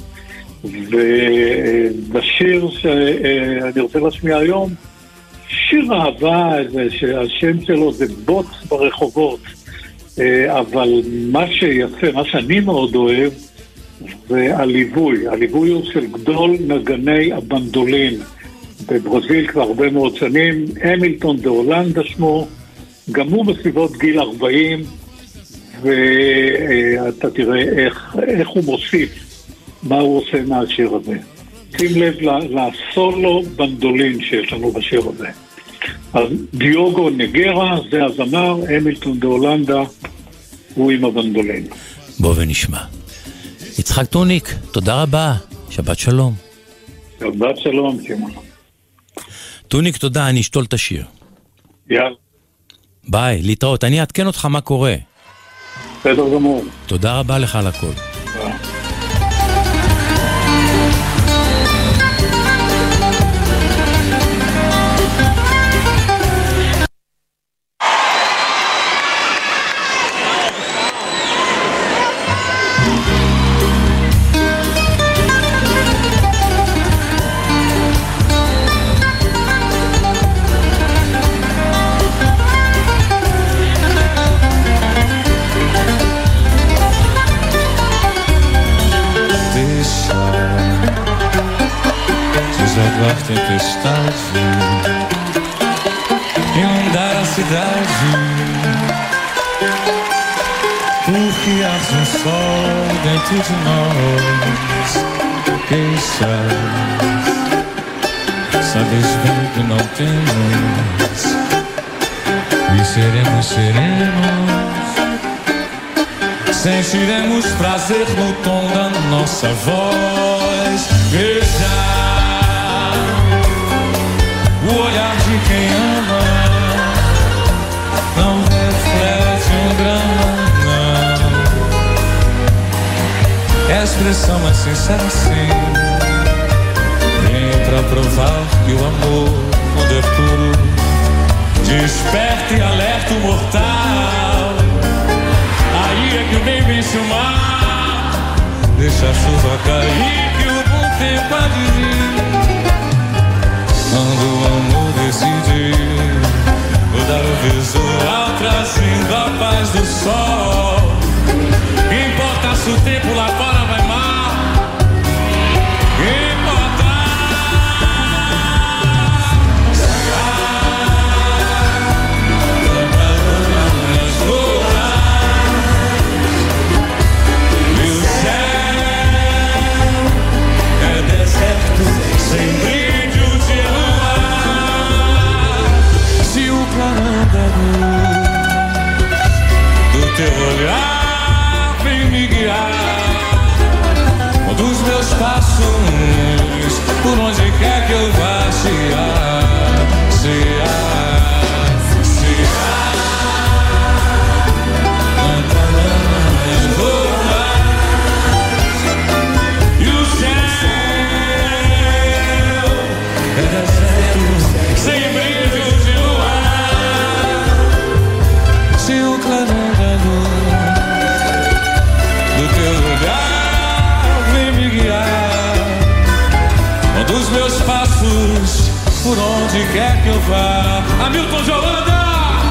ובשיר שאני רוצה להשמיע היום, שיר אהבה, שהשם שלו זה בוץ ברחובות, אבל מה שיפה, מה שאני מאוד אוהב, זה הליווי. הליווי הוא של גדול נגני הבנדולין בברזיל כבר הרבה מאוד שנים, המילטון דה הולנדה שמו, גם הוא בסביבות גיל ארבעים, ואתה תראה איך, איך הוא מוסיף, מה הוא עושה מהשיר הזה. שים לב לסולו בנדולין שיש לנו בשיר הזה. אז דיוגו נגרה, זה הזמר, המילטון דה הולנדה, הוא עם הבנדולין. בוא ונשמע. יצחק טוניק, תודה רבה, שבת שלום. שבת שלום, שמעון. טוניק, תודה, אני אשתול את השיר. יאללה. ביי, להתראות, אני אעדכן אותך מה קורה. בסדר גמור. תודה רבה לך על הכל. ביי. A tempestade inundar a cidade, porque há um sol dentro de nós. Queixas, sabes bem que não temos, e seremos serenos, sentiremos prazer no tom da nossa voz. Veja o olhar de quem ama, não reflete um drama, não. É a expressão mais sincera, sim. Vem pra provar que o amor, quando é puro, desperta e alerta o mortal. Aí é que vem vence o mar, deixa a chuva cair, que o bom tempo há de vir. Quando o amor decidir mudar o visual, trazendo a paz do sol. Importa se o tempo lá fora vai mal, importa se há nas ruas e o céu é deserto sem brilho. Do teu olhar vem me guiar, quer que eu vá. Hamilton de Holanda!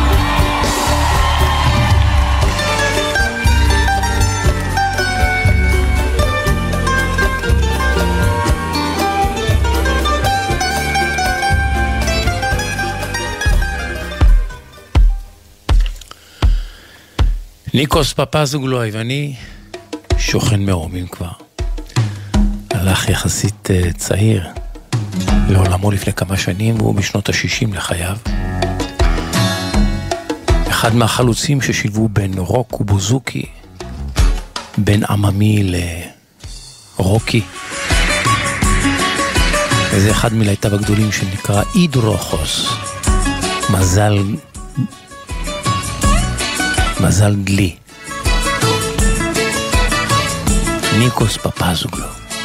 ניקוס פפזוגלו היווני שוכן מרומים כבר. הלך יחסית uh, צעיר לעולמו לפני כמה שנים, והוא בשנות ה-שישים לחייו. אחד מהחלוצים ששילבו בין רוק ובוזוקי, בין עממי לרוקי. וזה אחד מלהיטיו הגדולים שנקרא אידרוחוס, מזל מזל דלי. ניקוס פפזוגלו.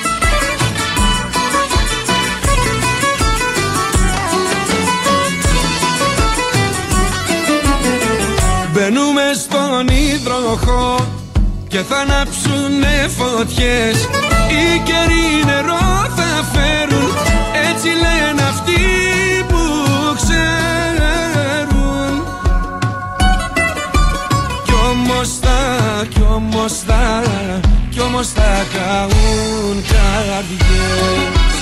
Μπαίνουμε στον υδροχό και θα ανάψουνε φωτιές. Οι καιροί νερό θα φέρουν, έτσι λένε αυτοί που ξέρουν. Κι όμως θα, κι όμως θα, κι όμως θα καούν καρδιές.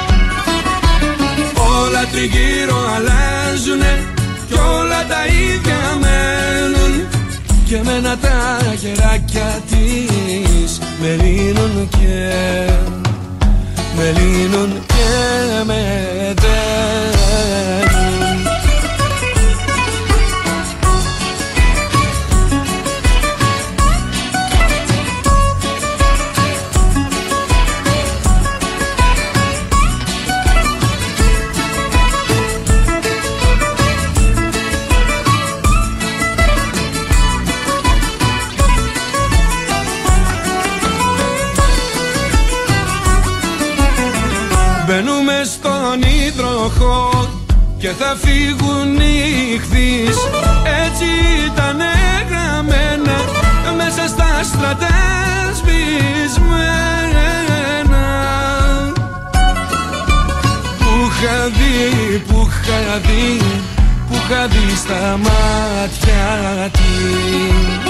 Όλα τριγύρω αλλάζουνε κι όλα τα ίδια μένουν. Και εμένα τα χεράκια της με λύνουν και με λύνουν και με δένουν. Μπαίνουμε στον υδροχό και θα φύγουν οι ηχθείς. Έτσι ήταν γραμμένα μέσα στα στρατά σβησμένα. Που είχα δει, που είχα δει, που είχα δει στα μάτια της.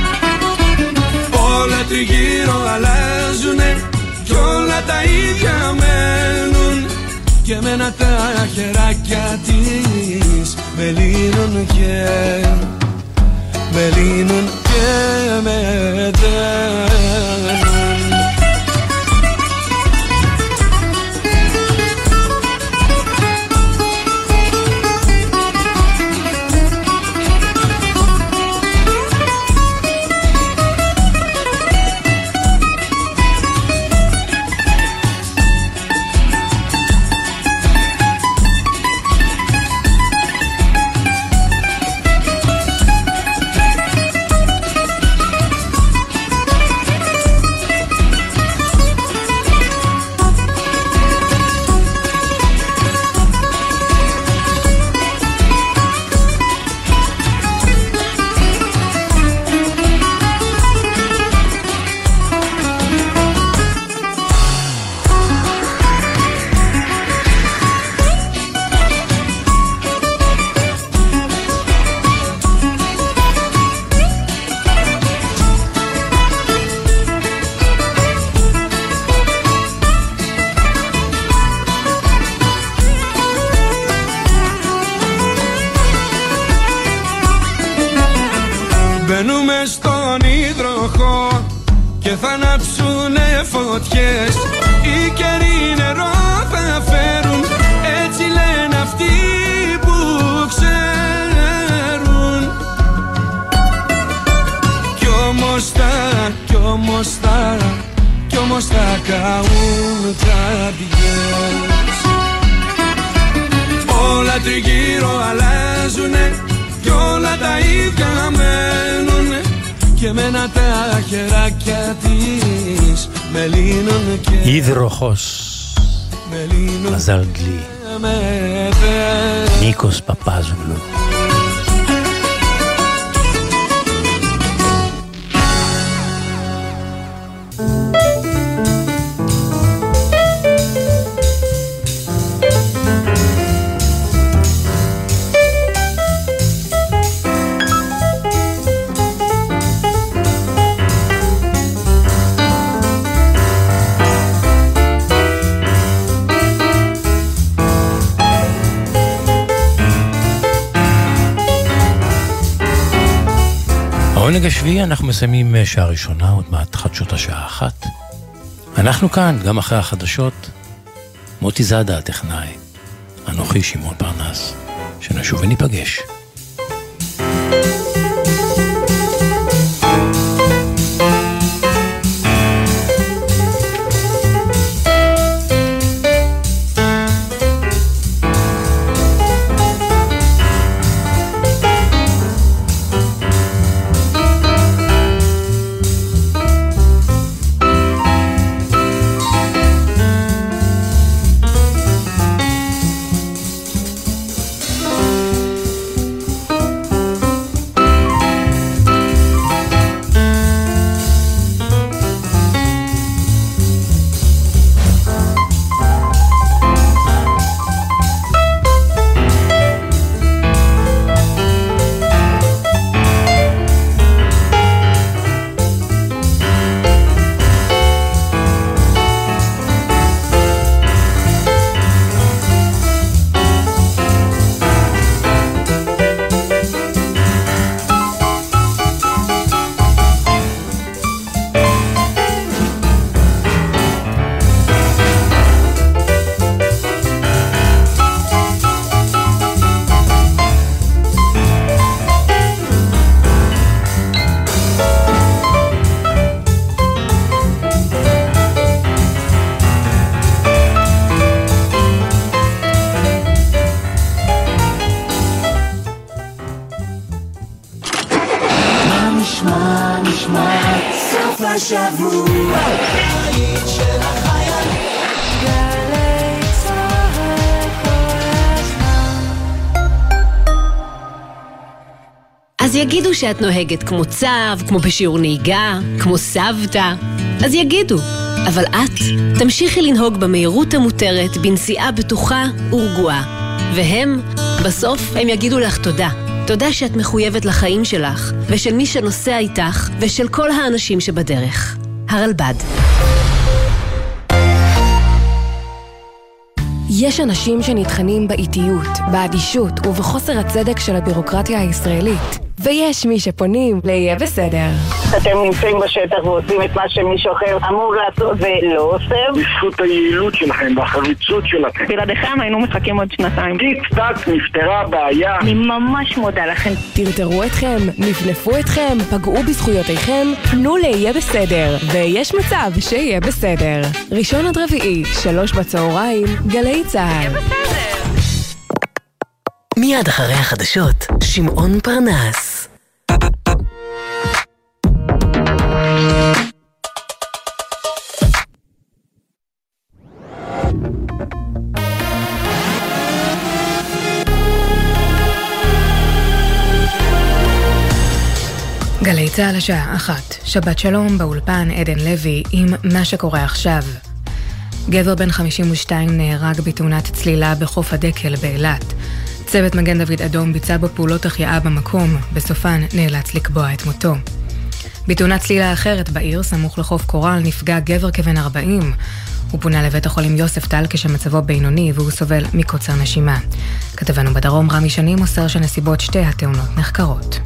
Όλα τριγύρω αλλάζουνε κι όλα τα ίδια μένουν. Και εμένα τα χεράκια της με λύνουν και με λύνουν και με δένουν. Μπαίνουμε στον υδροχό και θα ανάψουνε φωτιές. Οι καιροί νερό θα φέρουν, έτσι λένε αυτοί που ξέρουν. Κι όμως θα, κι όμως θα, κι όμως θα καούν καρδιές. Όλα τριγύρω αλλάζουνε κι όλα τα ίδια μένουν. Και εμένα τα χεράκια της με λύνουν και Υδροχός Μαζάλ Ντλή Νίκος Παπάζογλου. בעונג השביעי אנחנו מסיימים שעה ראשונה, עוד מעט חדשות השעה אחת. אנחנו כאן, גם אחרי החדשות, מוטי זאדה הטכנאי, אנוכי שמעון פרנס, שנשוב וניפגש. אז יגידו שאת נוהגת כמו צב, כמו בשיעור נהיגה, כמו סבתא. אז יגידו. אבל את תמשיכי לנהוג במהירות המותרת בנסיעה בטוחה ורגועה. והם, בסוף הם יגידו לך תודה. תודה שאת מחויבת לחיים שלך, ושל מי שנוסע איתך, ושל כל האנשים שבדרך. הרלב"ד. יש אנשים שנתחנים באיטיות, באדישות ובחוסר הצדק של הבירוקרטיה הישראלית. ויש מי שפונים ליהיה בסדר. אתם נמצאים בשטח ועושים את מה שמישהו אחר אמור לעשות ולא עושה. בזכות היעילות שלכם והחריצות שלכם. בלעדיכם היינו מחכים עוד שנתיים. טיק טק נפתרה הבעיה. אני ממש מודה לכם. תרתרו אתכם, נפנפו אתכם, פגעו בזכויותיכם, פנו ליהיה בסדר. ויש מצב שיהיה בסדר. ראשון עד רביעי, שלוש בצהריים, גלי צהל. מיד אחרי החדשות, שמעון פרנס. גלי צהל השעה אחת, שבת שלום באולפן עדן לוי עם מה שקורה עכשיו. גבר בן חמישים ושתיים נהרג בתאונת צלילה בחוף הדקל באילת. צוות מגן דוד אדום ביצע בו פעולות החייאה במקום, בסופן נאלץ לקבוע את מותו. בתאונת צלילה אחרת בעיר, סמוך לחוף קורל, נפגע גבר כבן ארבעים. הוא פונה לבית החולים יוסף טל כשמצבו בינוני והוא סובל מקוצר נשימה. כתבנו בדרום רמי שני מוסר שנסיבות שתי התאונות נחקרות.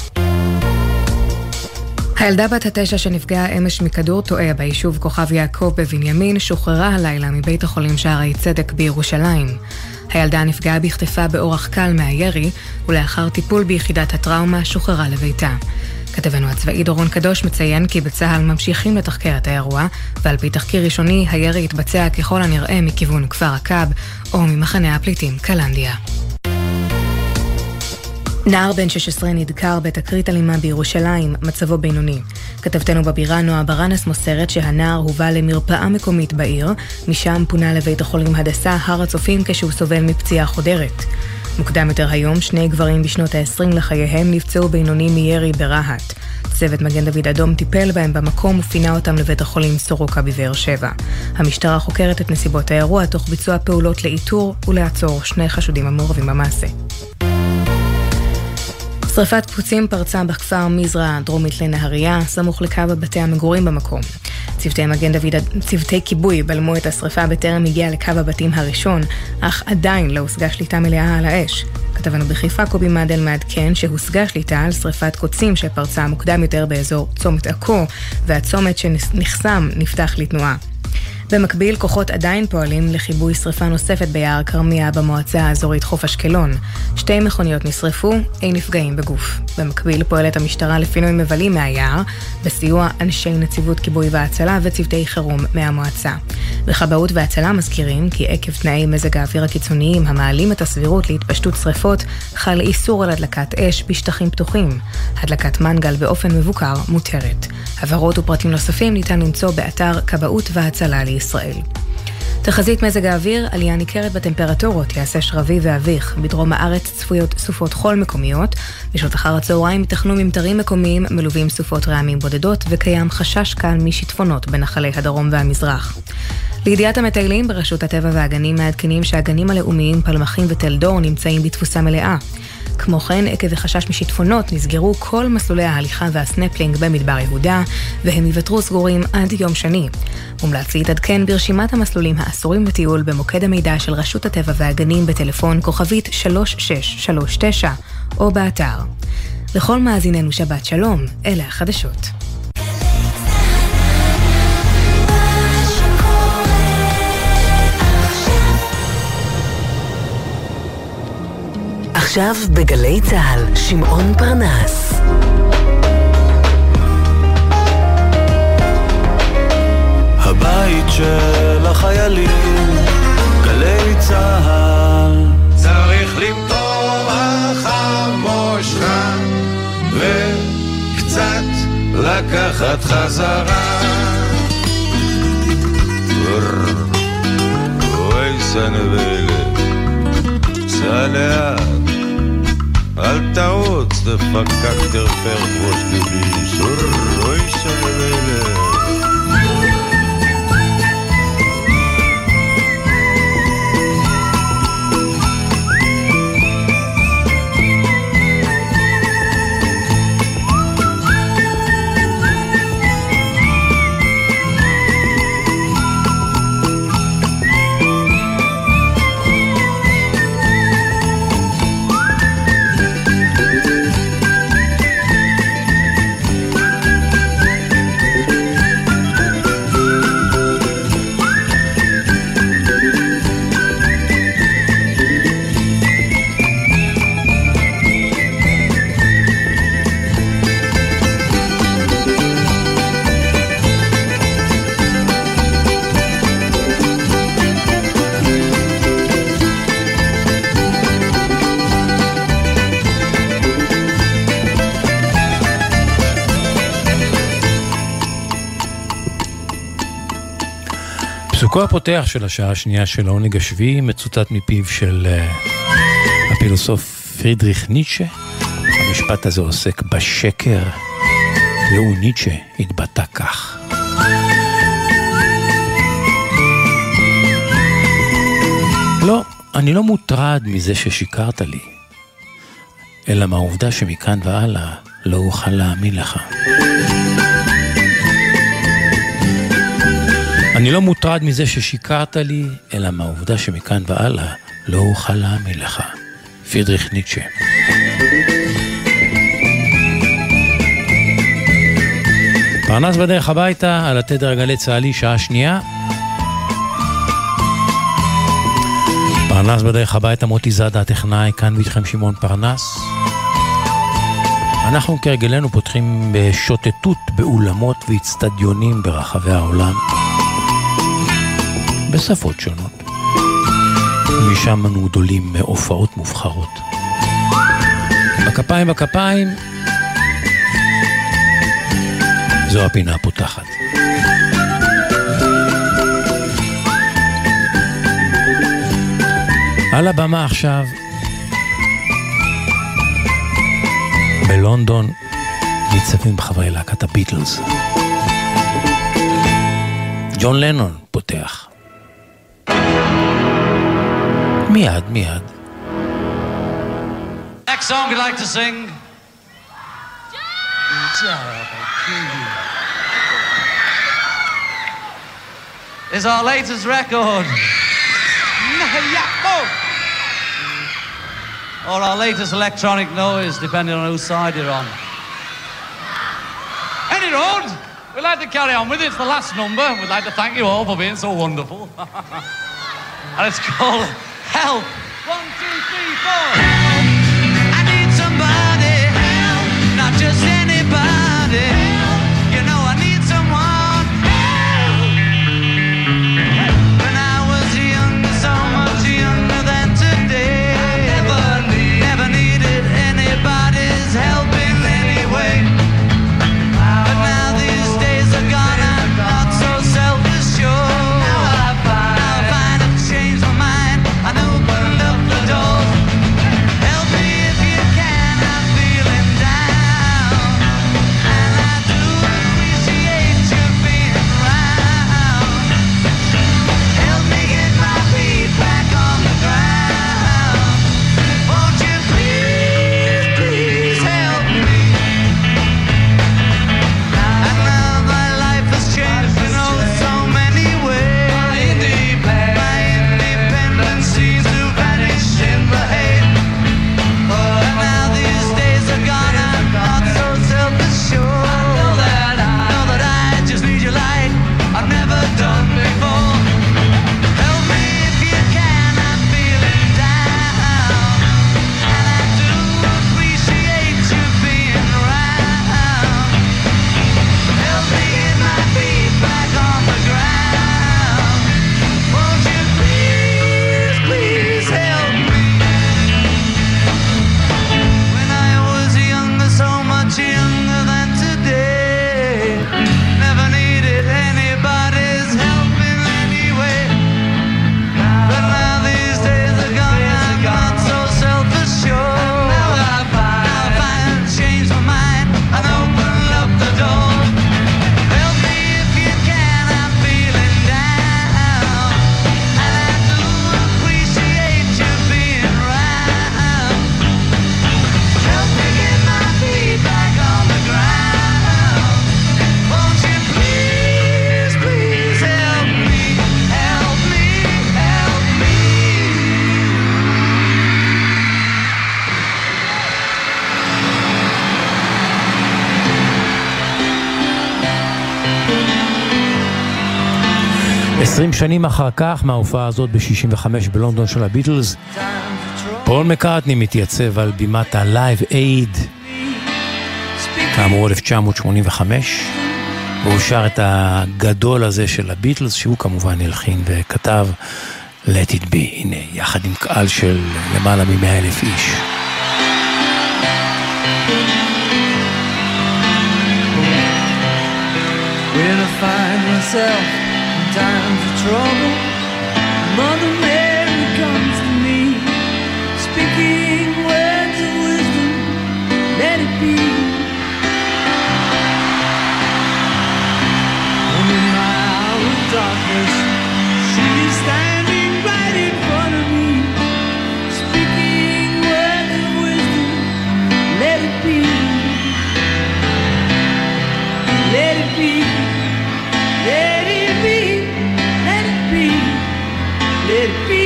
הילדה בת התשע שנפגעה אמש מכדור טועה ביישוב כוכב יעקב בבנימין שוחררה הלילה מבית החולים שערי צדק בירושלים. הילדה נפגעה בכתפה באורח קל מהירי, ולאחר טיפול ביחידת הטראומה שוחררה לביתה. כתבנו הצבאי דורון קדוש מציין כי בצהל ממשיכים לתחקר את האירוע, ועל פי תחקיר ראשוני הירי התבצע ככל הנראה מכיוון כפר עקב או ממחנה הפליטים קלנדיה. נער בן שש עשרה נדקר בתקרית אלימה בירושלים, מצבו בינוני. כתבתנו בבירה נועה ברנס מוסרת שהנער הובא למרפאה מקומית בעיר, משם פונה לבית החולים הדסה הר הצופים כשהוא סובל מפציעה חודרת. מוקדם יותר היום, שני גברים בשנות ה-עשרים לחייהם נפצעו בינוני מירי ברהט. צוות מגן דוד אדום טיפל בהם במקום ופינה אותם לבית החולים סורוקה בבאר שבע. המשטרה חוקרת את נסיבות האירוע תוך ביצוע פעולות לאיתור ולעצור שני חשודים המעורבים במעשה. שריפת פוצים פרצה בכפר מזרע דרומית לנהריה, סמוך לקו בתי המגורים במקום. צוותי מגן דוד, צוותי כיבוי בלמו את השריפה בטרם הגיע לקו הבתים הראשון, אך עדיין לא הושגה שליטה מלאה על האש. כתבנו בחיפה קובי מדל מעדכן שהושגה שליטה על שריפת קוצים שפרצה מוקדם יותר באזור צומת עכו, והצומת שנחסם נפתח לתנועה. במקביל, כוחות עדיין פועלים לכיבוי שריפה נוספת ביער קרמיה במועצה האזורית חוף אשקלון. שתי מכוניות נשרפו, אין נפגעים בגוף. במקביל, פועלת המשטרה לפינוי מבלים מהיער, בסיוע אנשי נציבות כיבוי והצלה וצוותי חירום מהמועצה. בכבאות והצלה מזכירים כי עקב תנאי מזג האוויר הקיצוניים המעלים את הסבירות להתפשטות שריפות, חל איסור על הדלקת אש בשטחים פתוחים. הדלקת מנגל באופן מבוקר מותרת. הבהרות ופרטים נוספים ניתן למצוא באתר כבאות והצלה לישראל. תחזית מזג האוויר, עלייה ניכרת בטמפרטורות, יעשה שרבי ואביך. בדרום הארץ צפויות סופות חול מקומיות, בשעות אחר הצהריים ייתכנו ממטרים מקומיים מלווים סופות רעמים בודדות, וקיים חשש קל משיטפונות בנחלי הדרום והמזרח. לידיעת המטיילים, ברשות הטבע והגנים מעדכנים שהגנים הלאומיים פלמחים ותל דור נמצאים בתפוסה מלאה. כמו כן, עקב החשש משיטפונות, נסגרו כל מסלולי ההליכה והסנפלינג במדבר יהודה, והם יוותרו סגורים עד יום שני. מומלץ להתעדכן ברשימת המסלולים האסורים לטיול במוקד המידע של רשות הטבע והגנים בטלפון כוכבית שלוש שש שלוש תשע או באתר. לכל מאזיננו שבת שלום, אלה החדשות. עכשיו בגלי צהל, שמעון פרנס. הבית של החיילים, גלי צהל. צריך למטור החמושך וקצת לקחת חזרה. אוי סנבלה, סע לאט, אל תעוץ, דפקק תרפר ראש דבי, אוי סנבלה. פסוקו הפותח של השעה השנייה של העונג השביעי מצוטט מפיו של uh, הפילוסוף פרידריך ניטשה. המשפט הזה עוסק בשקר, והוא ניטשה התבטא כך: לא, אני לא מוטרד מזה ששיקרת לי, אלא מהעובדה שמכאן והלאה לא אוכל להאמין לך. אני לא מוטרד מזה ששיקרת לי, אלא מהעובדה שמכאן והלאה לא אוכל להאמין לך. פרידריך ניטשה. פרנס בדרך הביתה, על התדר גלי צהלי, שעה שנייה. פרנס בדרך הביתה, מוטי זאדה הטכנאי, כאן ואיתכם שמעון פרנס. אנחנו כרגלנו פותחים בשוטטות באולמות והצטדיונים ברחבי העולם, בשפות שונות. משם אנו גדולים מהופעות מובחרות. בכפיים בכפיים, זו הפינה הפותחת. על הבמה עכשיו, בלונדון, ניצבים חברי להקת הביטלס. ג'ון לנון פותח. מיד, מיד. Next song we'd like to sing. Is our latest record. or our latest electronic noise, depending on whose side you're on. Any road, we'd like to carry on with it. It's the last number. We'd like to thank you all for being so wonderful. And it's called Help. One, two, three, four. Help. I need somebody. Help. Not just anybody. Help. You know I need someone. Help. When I was younger, so much younger than today, I never, need, never needed anybody's help in any way. But now these days are gone, I'm not so self-assured. Now I find, now I find I've changed my mind and opened up the door. Help me if you can, I'm feeling down, and I do appreciate you being around. Help me get my feet back on the ground. Won't you please, please help me? And now my life has changed in oh so many ways. My independence seems to vanish in the hate. But now these days are gone, I'm not so self-assured. I know that I, know that I just need your light, I've never done before. Help me if you can, I'm feeling down, and I do appreciate you being around. Help me get my feet back on the ground. Won't you please, please help me? When I was younger, so much younger than today, never needed anybody's help in any way. But now these days are gone, I'm not so self-assured. Now I find, now I find I've changed my mind and opened up the door. Help me if you can, I'm feeling down, and I do appreciate you being around. Help me get my feet back on the ground. Won't you please, please help me, help me, help me. עשרים שנים אחר כך, מההופעה הזאת ב-שישים וחמש בלונדון של הביטלס, פול מקארטני מתייצב על בימת הלייב אייד, כאמור אלף תשע מאות שמונים וחמש, והוא שר את הגדול הזה של הביטלס, שהוא כמובן הלחין וכתב Let It Be, הנה, יחד עם קהל של למעלה ממאה אלף איש. When I find myself in times of trouble, Mother Mary comes to me, speaking words of wisdom, let it be. And in my hour of darkness, she is standing right in front of me, speaking words of wisdom, let it be. Let it be. Let it be, let it be, let it be.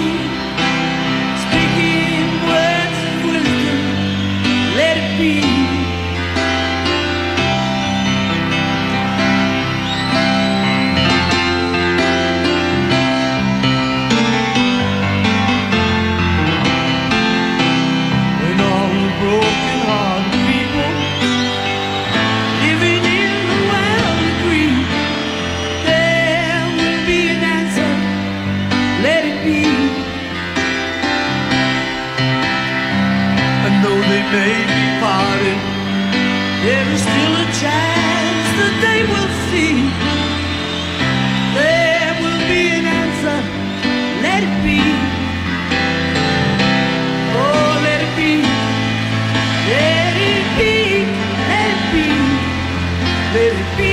Speaking words of wisdom, let it be. When all the broken-hearted people living in the world agree, there will be an answer, let it be. And though they may be parted, there is still a chance that they will see. There will be an answer, let it be. Oh, let it be. Let it be, let it be, let it be.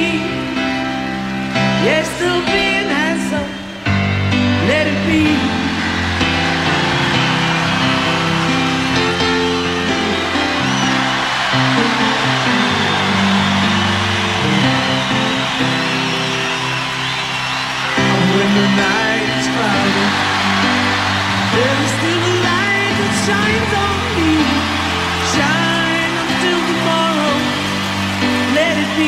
Yes, there'll be an answer, let it be. be.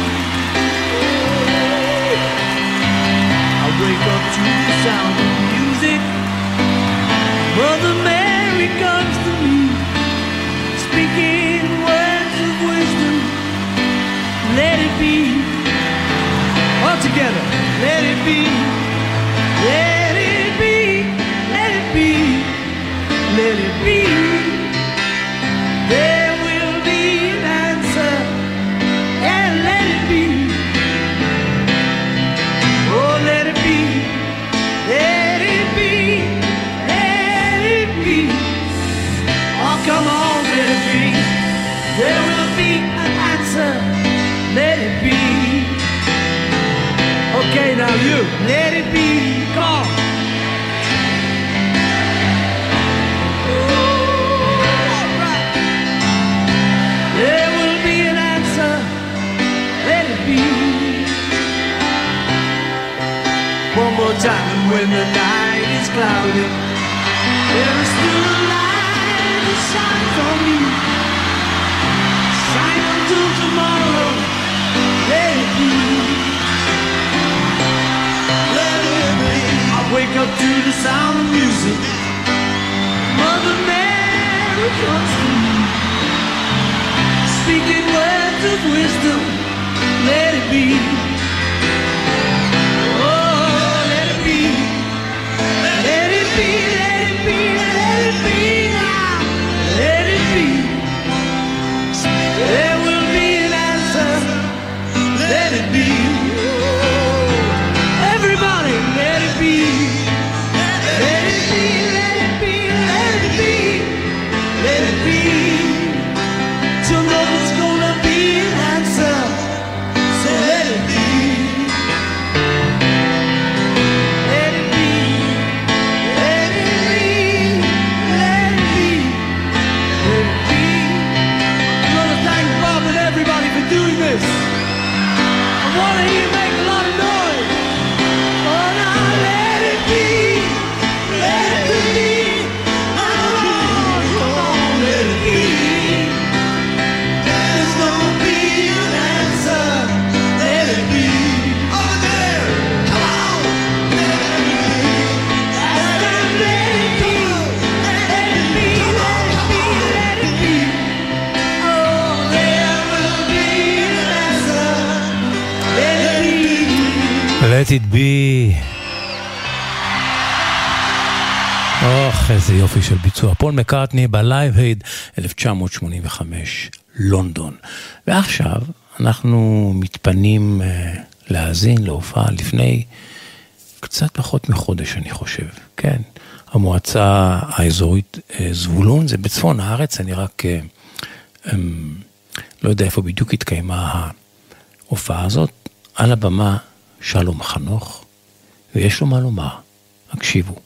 I wake up to the sound of music. Mother Mary comes to me, speaking words of wisdom. Let it be. All together. Let it be. Let it be. Let it be. Let it be. There will be an answer. And let it be. Oh, let it be. Let it be. Let it be. Oh, come on, let it be. There will be an answer. Let it be. Okay, now you. Let it be. Come on. There will be an answer. Let it be. One more time. And when the night is cloudy, there is still a light that shines on me. Shine until tomorrow. Let it be. Let it be. I wake up to the sound of music. Mother Mary comes to me, speaking words of wisdom. Let it be. Oh, let it be. Let it be, let it be, let it be now. Let it be. There will be an answer. Let it be. Everybody, let it be. Let it be, let it be, let it be. Let it be. To know it's gonna be an answer. So let it be. Let it be. Let it be. Let it be. Let it be. I want to thank Bob and everybody for doing this. I want to hear you make a lot of noise. Oh, now let it be. Let it be. Oh, come on, let it be. There's gonna be an answer. Let it be. Over there. Come on. Let it be. Let it be. Let it be. Let it be. Let it be. Oh, there will be an answer. Let it be. Let it be. אוח, איזה יופי של ביצוע. פול מקארטני בלייב הייד אלף תשע מאות שמונים וחמש, לונדון. ועכשיו אנחנו מתפנים uh, להאזין להופעה לפני קצת פחות מחודש, אני חושב. כן, המועצה האזורית uh, זבולון, זה בצפון הארץ, אני רק uh, um, לא יודע איפה בדיוק התקיימה ההופעה הזאת. על הבמה שלום חנוך, ויש לו מה לומר. הקשיבו.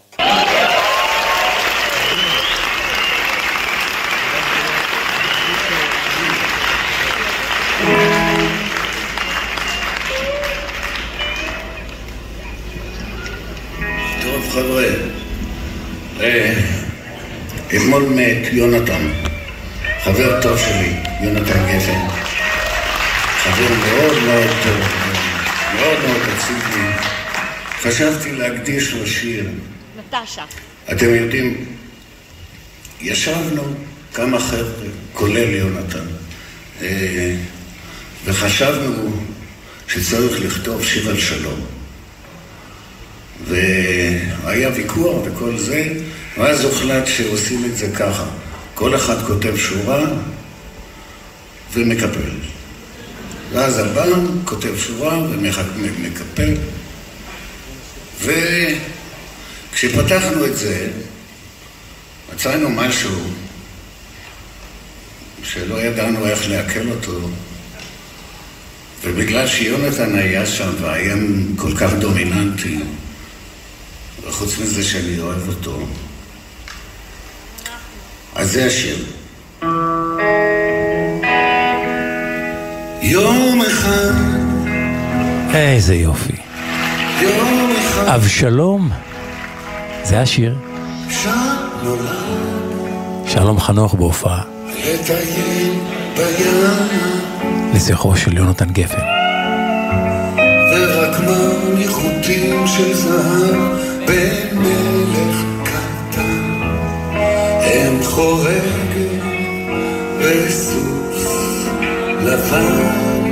טוב חבר'ה, אה, אתמול מת יונתן, חבר טוב שלי, יונתן גפן, חבר מאוד מאוד טוב, מאוד מאוד אצילי. חשבתי להקדיש לו שיר. נטשה. אתם יודעים, ישבנו כמה חבר'ה, כולל יונתן, אה, וחשבנו שצריך לכתוב שיר על שלום. והיה ויכוח וכל זה, ואז הוחלט שעושים את זה ככה. כל אחד כותב שורה ומקפל. ואז הבא כותב שורה ומקפל. וכשפתחנו את זה, מצאנו משהו שלא ידענו איך להקל אותו, ובגלל שיונתן היה שם והיה כל כך דומיננטי, וחוץ מזה שאני אוהב אותו, אז זה השיר. יום אחד, איזה יופי. יום אחד, אבשלום, זה השיר. שלום, שלום חנוך בהופעה. לטייל בים, לזכרו של יונתן גפן. ורק מניחותים של זהב במלך קטן, הם חורגת וסוס לבן.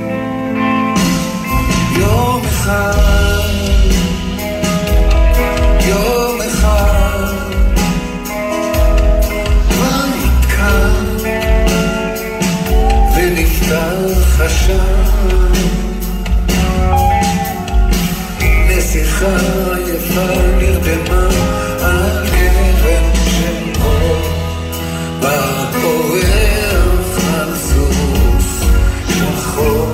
יום אחד, יום אחד ונתקע ונפתח השם, נסיכה יפה נרדמה על גרם של אור, בקורח על סוס שחור.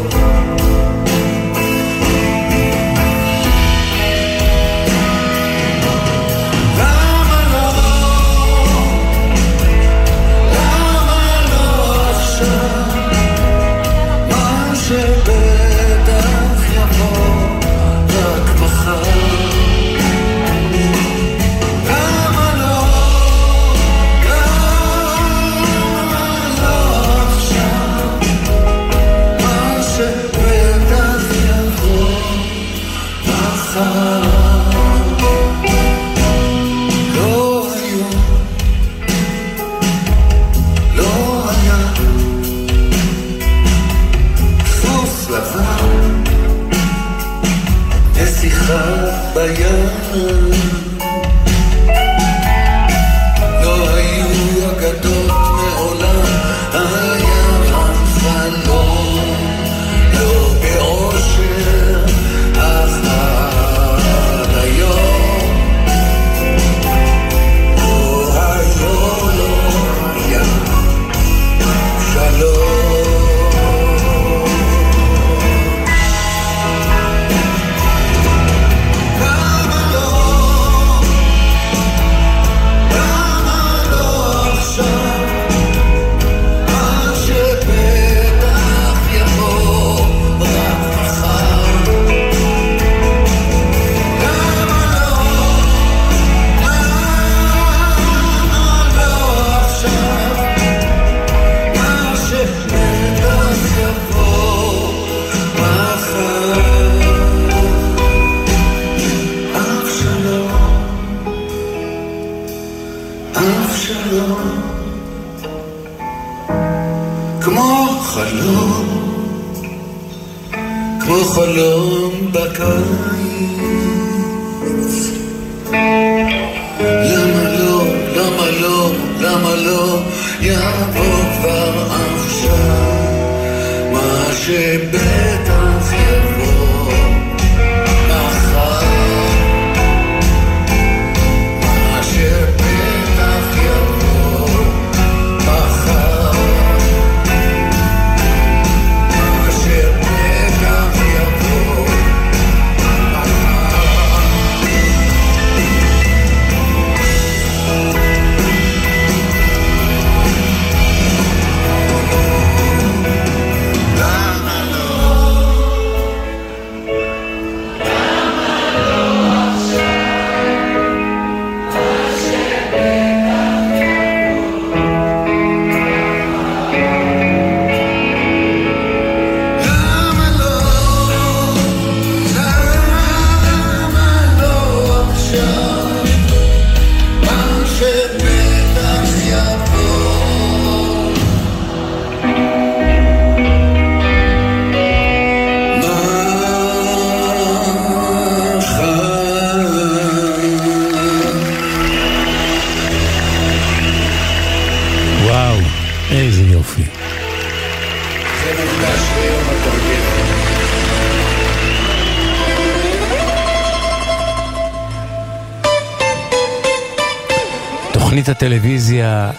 תוכנית הטלוויזיה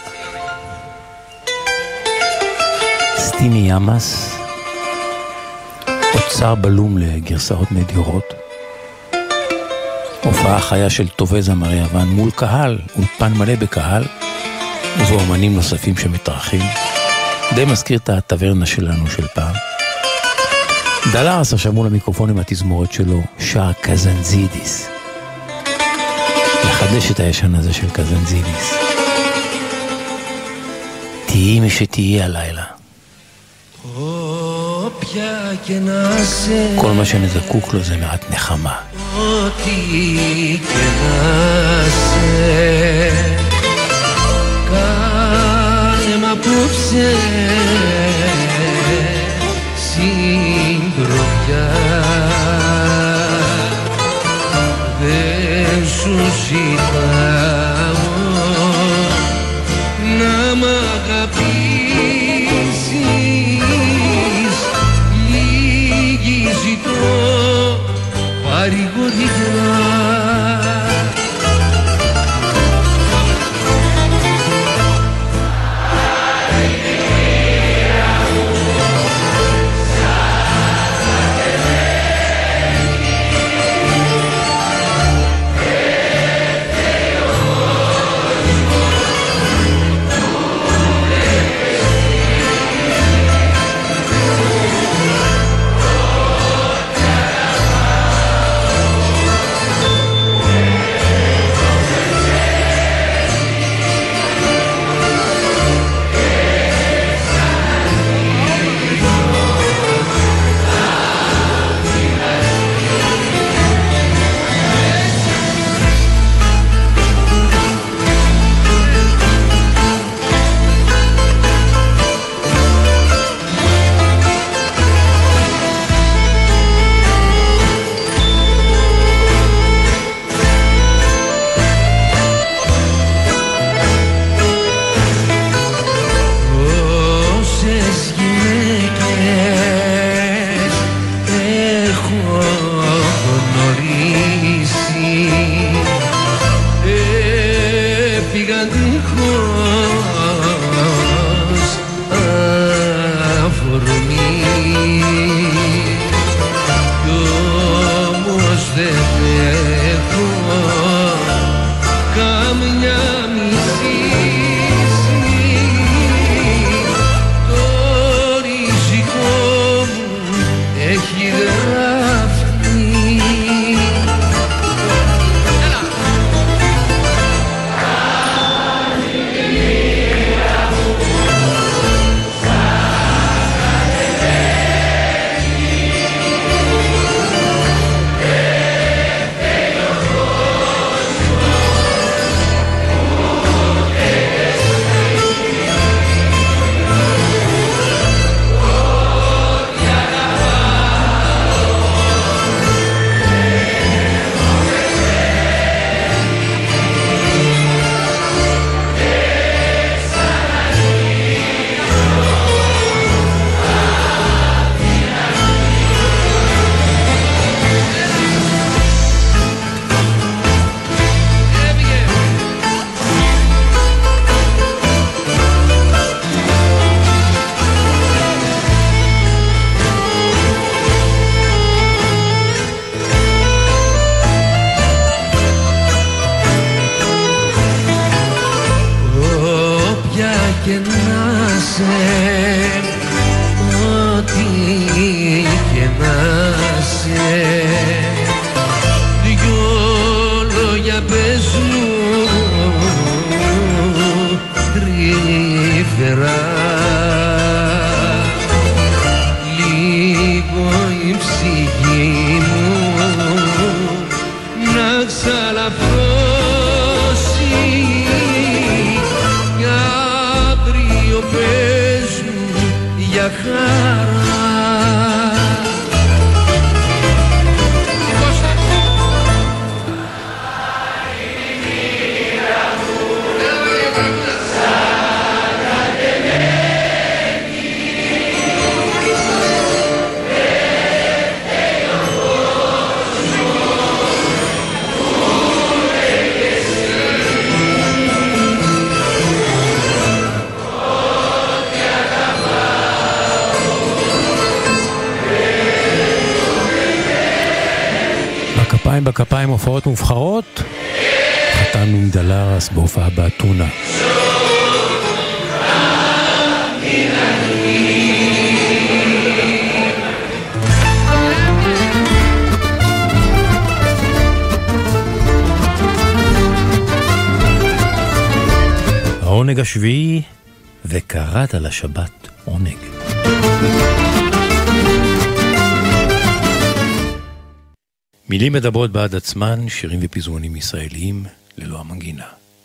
סטיני ימאס, אוצר בלום לגרסאות נדירות, הופעה חיה של טובי זמרי יוון מול קהל, אולפן מלא בקהל ובאומנים נוספים שמתארחים. די מזכיר את הטברנה שלנו של פעם. דלרס שמעו למיקרופון עם התזמורת שלו, שר קזנזידיס. לחדש את הישן הזה של קזנזידיס. תהי מי שתהי הלילה. Oh όποια και να σε, כל מה שנזקוק לו זה מעט נחמה. ό,τι και να σε, κάνε μ' απόψε συντροφιά. Δεν σου ζητάω να μ' αγαπήσεις, λίγη ζητώ παρηγοριά. בכפיים הופעות מובחרות, חתן ממדלרס בהופעה באתונה. העונג השביעי, וקראת לשבת עונג. מילים מדברות בעד עצמן, שירים ופיזמונים ישראליים ללא המנגינה.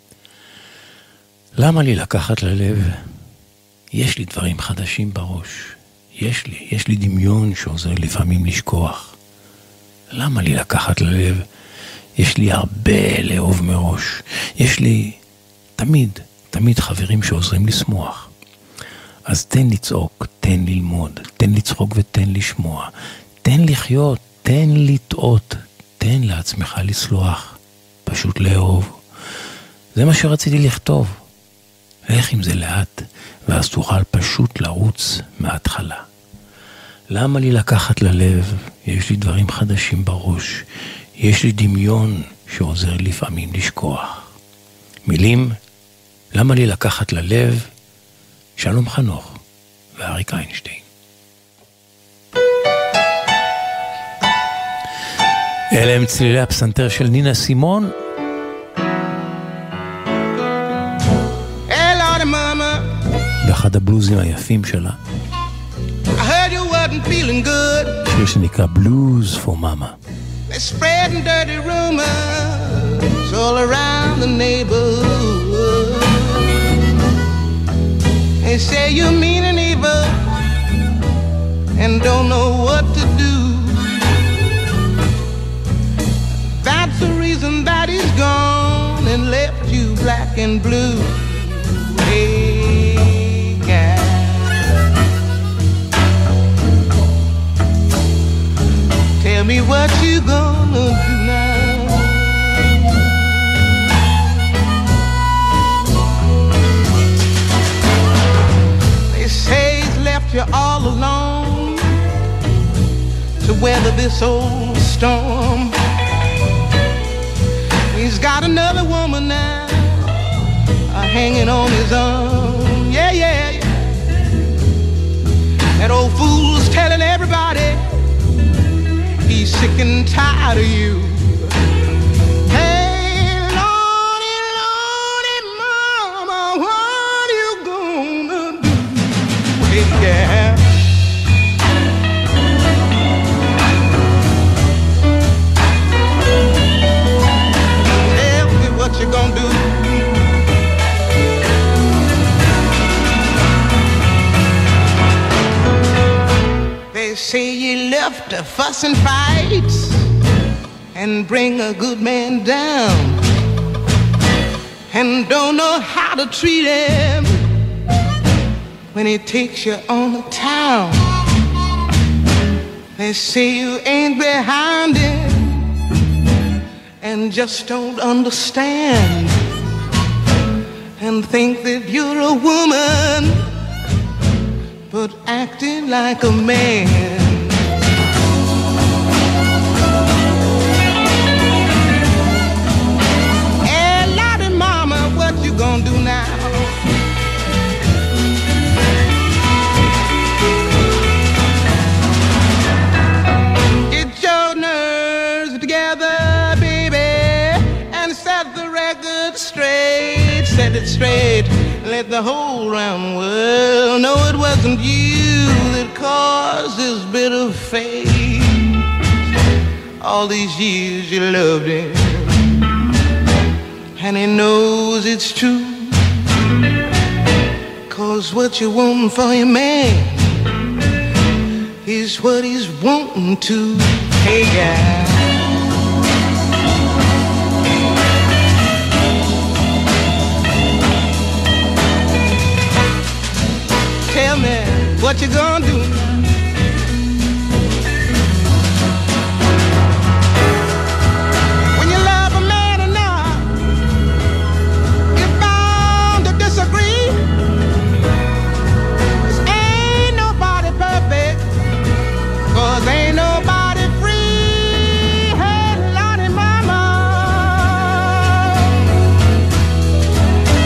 למה לי לקחת ללב? יש לי דברים חדשים בראש. יש לי, יש לי דמיון שעוזר לפעמים לשכוח. למה לי לקחת ללב? יש לי הרבה לאהוב מראש. יש לי תמיד, תמיד חברים שעוזרים לשמוח. אז תן לצעוק, תן ללמוד, תן לצחוק ותן לשמוע. תן לחיות, תן לטעות, תן לעצמך לסלוח. פשוט לאהוב. זה מה שרציתי לכתוב. לך עם זה לאט, ואז תוכל פשוט לרוץ מההתחלה. למה לי לקחת ללב? יש לי דברים חדשים בראש. יש לי דמיון שעוזר לפעמים לשכוח. מילים, למה לי לקחת ללב? שלום חנוך ואריק איינשטיין. אלה הם צלילי הפסנתר של נינה סימון. באחד הבלוזים היפים שלה. I heard you wasn't feeling good. שיר שנקרא בלוז for mama. They're spreading dirty rumors all around the neighborhood. They say you mean and evil and don't know what to do. That's the reason that he's gone and left you black and blue. Hey, gal, tell me what you gonna do now. They say he's left you all alone to weather this old storm. He's got another woman now uh, hanging on his arm. Yeah, yeah, yeah. That old fool's telling everybody he's sick and tired of you. Hey, Lordy, Lordy, mama, what you gonna do? Hey, yeah. Tell me what you gonna do. They say you left to fuss and fight and bring a good man down and don't know how to treat him when he takes you on the town. They say you ain't behind him and just don't understand and think that you're a woman but acting like a man. Hey, Lottie mama, what you gonna do now? Get your nerves together, baby, and set the record straight. Set it straight. Let the whole round world know it wasn't you that caused this bitter fate. All these years you loved him, and he knows it's true. 'Cause what you want for your man is what he's wanting to. Hey, guy. Tell me what you gonna do. When you love a man enough, you're bound to disagree. 'Cause ain't nobody perfect, 'cause ain't nobody free. Hey, Lordy mama,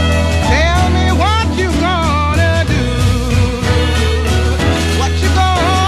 tell me what you gonna do. What you gonna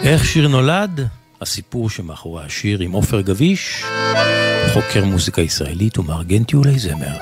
איך שיר נולד? הסיפור שמאחורי השיר עם עופר גביש, חוקר מוזיקה ישראלית ומארגן טיולי זמר.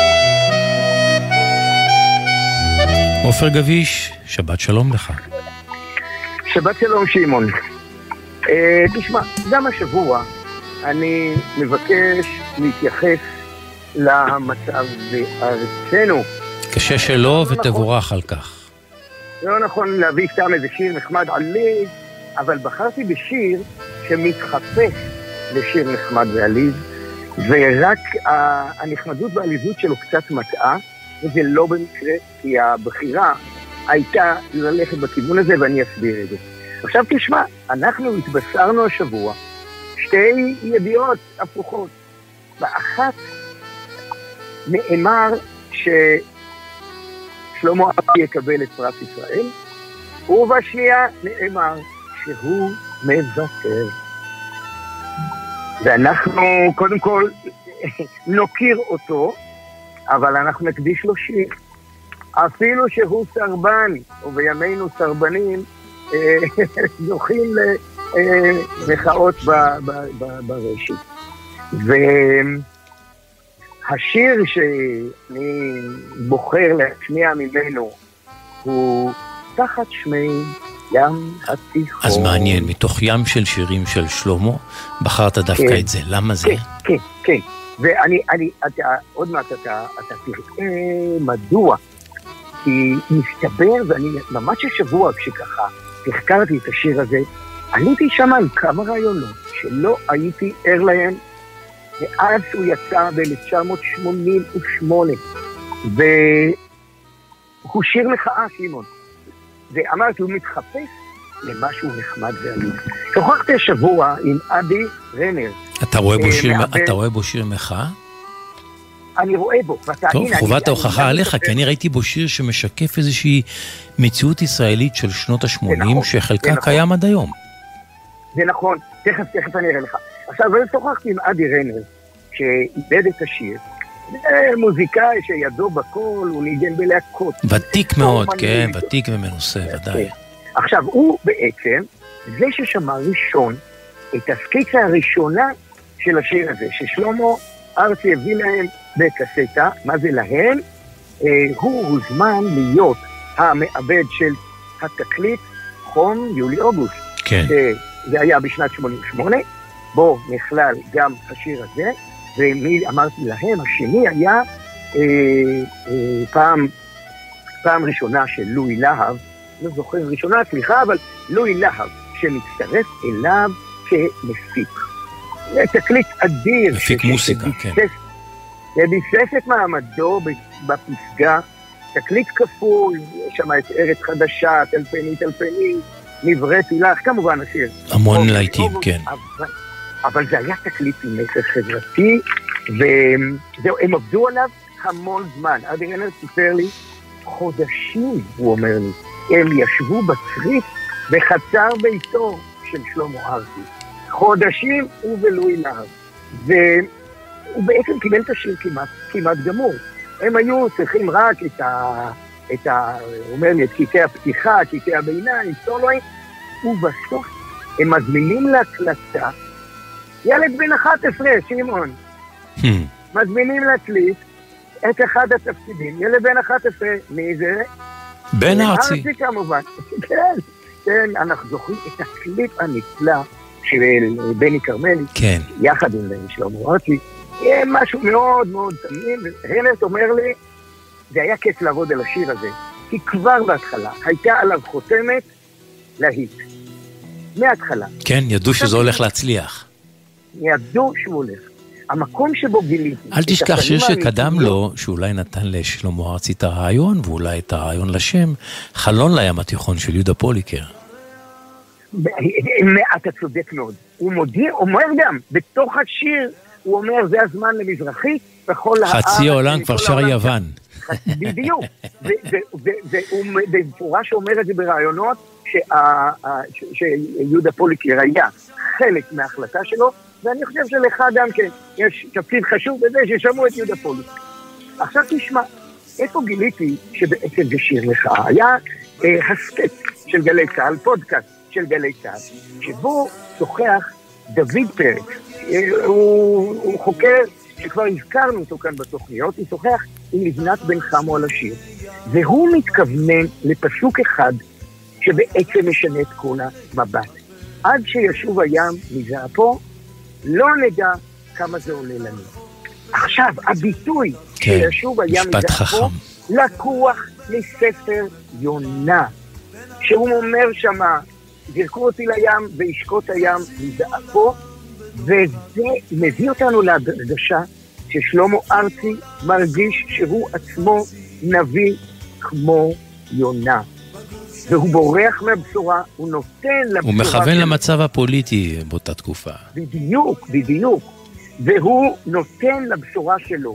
עופר גביש, שבת שלום לך. שבת שלום שמעון. אה, תשמע, גם השבוע אני מבקש להתייחס למצב בארצנו. קשה שלא ותבורך על כך. לא נכון להביא סתם איזה שיר נחמד עליז, אבל בחרתי בשיר שמתחפש לשיר נחמד ועליז, ורק הנחמדות והעליזות שלו קצת מטעה, וזה לא במקרה, כי הבחירה הייתה ללכת בכיוון הזה, ואני אסביר את זה. עכשיו תשמע, אנחנו התבשרנו השבוע שתי ידיעות הפוכות. באחת נאמר ששלמה ארצי יקבל את פרס ישראל, ובשנייה נאמר שהוא מוותר. ואנחנו קודם כל נוקיר אותו, אבל אנחנו נקדיש לו שיר. אפילו שהוא סרבן, ובימינו סרבנים זוכים למחאות ברשת. והשיר שאני בוחר להשמיע ממנו הוא תחת שמי ים התיכון. אז מעניין, מתוך ים של שירים של שלמה, בחרת דווקא כן, את זה. למה זה? כן, כן, כן. ואני, אני, אתה, עוד מעט אתה, אתה תראה מדוע. כי מסתבר, ואני ממש השבוע כשככה תחקרתי את השיר הזה, עליתי שם על כמה רעיונות שלא הייתי ער להם, ואז הוא יצא ב-אלף תשע מאות שמונים ושמונה, והוא שיר מחאה, שמעון. ואמרתי, הוא מתחפש למשהו נחמד ועליז. שוחחתי השבוע עם אדי רנר. אתה רואה בו שיר, אתה רואה בו שיר מחאה? אני רואה בו. טוב, חובת ההוכחה עליך, כי אני ראיתי בו שיר שמשקף איזושהי מציאות ישראלית של שנות ה-שמונים, שחלקה קיים עד היום. זה נכון, תכף, תכף אני אראה לך. עכשיו, אני שוחחתי עם אדי רנר, שאיבד את השיר, מוזיקאי שידו בכל, הוא ניגן בלהקות. ותיק מאוד, כן, ותיק ומנוסה, ודאי. עכשיו, הוא בעצם, זה ששמע ראשון, את הסקיצה הראשונה של השיר הזה, ששלמה ארצי הביא להם בקסטה, מה זה להם? אה, הוא הוזמן להיות המעבד של התקליט חום יולי-אוגוסט. כן. זה היה בשנת שמונים ושמונה, בו נכלל גם השיר הזה, ומי אמרתי להם, השני היה אה, אה, פעם, פעם ראשונה של לואי להב, לא זוכר ראשונה, סליחה, אבל לואי להב, שמצטרף אליו כמפיק. זה תקליט אדיר. מפיק מוסיקה, כן. זה ביסס את מעמדו בפסגה, תקליט כפול, יש שם את ארץ חדשה, טלפני, טלפני, נבראתי לך, כמובן השיר. המון להיטים, כן. אבל, אבל זה היה תקליט עם מסר חברתי, והם עבדו עליו המון זמן. אדי רנר סיפר לי, חודשים, הוא אומר לי, הם ישבו בצריף בחצר ביתו של שלמה ארצי. חודשים הוא ולואי להב. והוא בעצם קיבל את השיר כמעט, כמעט גמור. הם היו צריכים רק את ה... את ה... הוא אומר לי, את קטעי הפתיחה, קטעי הביניים, סולואים, ובסוף הם מזמינים להקלטה, ילד בן אחת עשרה, שמעון, מזמינים להקליט את אחד התפקידים, ילד בן אחת עשרה, מי זה? בן ארצי. ארצי כמובן, כן, כן, אנחנו זוכרים את הקליפ הנפלא של בני קרמלי, כן. יחד עם שלמה ארצי, יהיה משהו מאוד מאוד תמים, והנט אומר לי, זה היה כיף לעבוד על השיר הזה, כי כבר בהתחלה הייתה עליו חותמת להיט. מההתחלה. כן, ידעו שזה הולך להצליח. ידעו שהוא הולך. המקום שבו גיליתי... אל תשכח שיר שקדם לו, שאולי נתן לשלמה ארצי את הרעיון, ואולי את הרעיון לשם, חלון לים התיכון של יהודה פוליקר. אתה צודק מאוד. הוא מודיע, אומר גם, בתוך השיר, הוא אומר, זה הזמן למזרחי, בכל הארץ... חצי העולם כבר שר יוון. בדיוק. והוא במפורש אומר את זה ברעיונות, שיהודה פוליקר היה חלק מההחלטה שלו, ואני חושב שלך גם כן יש תפקיד חשוב בזה ששמעו את יהודה פוליקר. עכשיו תשמע, איפה גיליתי שבעצם זה שיר לך? היה הסקט של גלי צהל, פודקאסט של גלי צה"ל, שבו שוחח דוד פרץ, הוא, הוא חוקר שכבר הזכרנו אותו כאן בתוכניות, הוא שוחח עם לבנת בן חמו על השיר, והוא מתכוונן לפסוק אחד שבעצם משנה את כל המבט. עד שישוב הים מזעפו, לא נדע כמה זה עולה לנו. עכשיו, הביטוי כן, שישוב הים משפט מזעפו, חכם. לקוח מספר יונה, שהוא אומר שמה, זרקו אותי לים וישקוט הים מזעפו, וזה מביא אותנו להרגשה ששלמה ארצי מרגיש שהוא עצמו נביא כמו יונה. והוא בורח מהבשורה, הוא נותן לבשורה... הוא מכוון למצב הפוליטי באותה תקופה. בדיוק, בדיוק. והוא נותן לבשורה שלו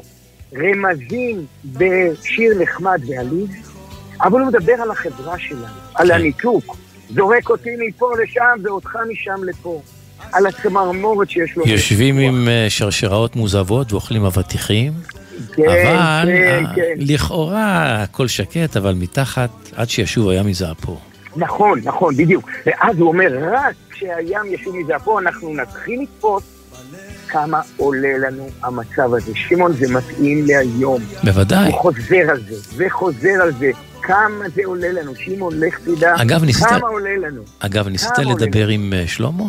רמזים בשיר נחמד ועליז, אבל הוא מדבר על החברה שלנו, על הניתוק. זורק אותי מפה לשם ואותך משם לפה. על הצמרמורת שיש לו... יושבים עם שרשראות מוזבות ואוכלים אבטיחים, כן, אבל כן, כן. לכאורה הכל שקט, אבל מתחת עד שישוב הים מזעפו. נכון, נכון, בדיוק. ואז הוא אומר, רק כשהים ישוב מזעפו אנחנו נתחיל לתפוס כמה עולה לנו המצב הזה. שמעון, זה מתאים להיום. בוודאי. הוא חוזר על זה, וחוזר על זה. כמה זה עולה לנו. שמעון, לך תדע, אגב, ניסית... כמה עולה לנו. אגב, ניסית לדבר עם שלמה?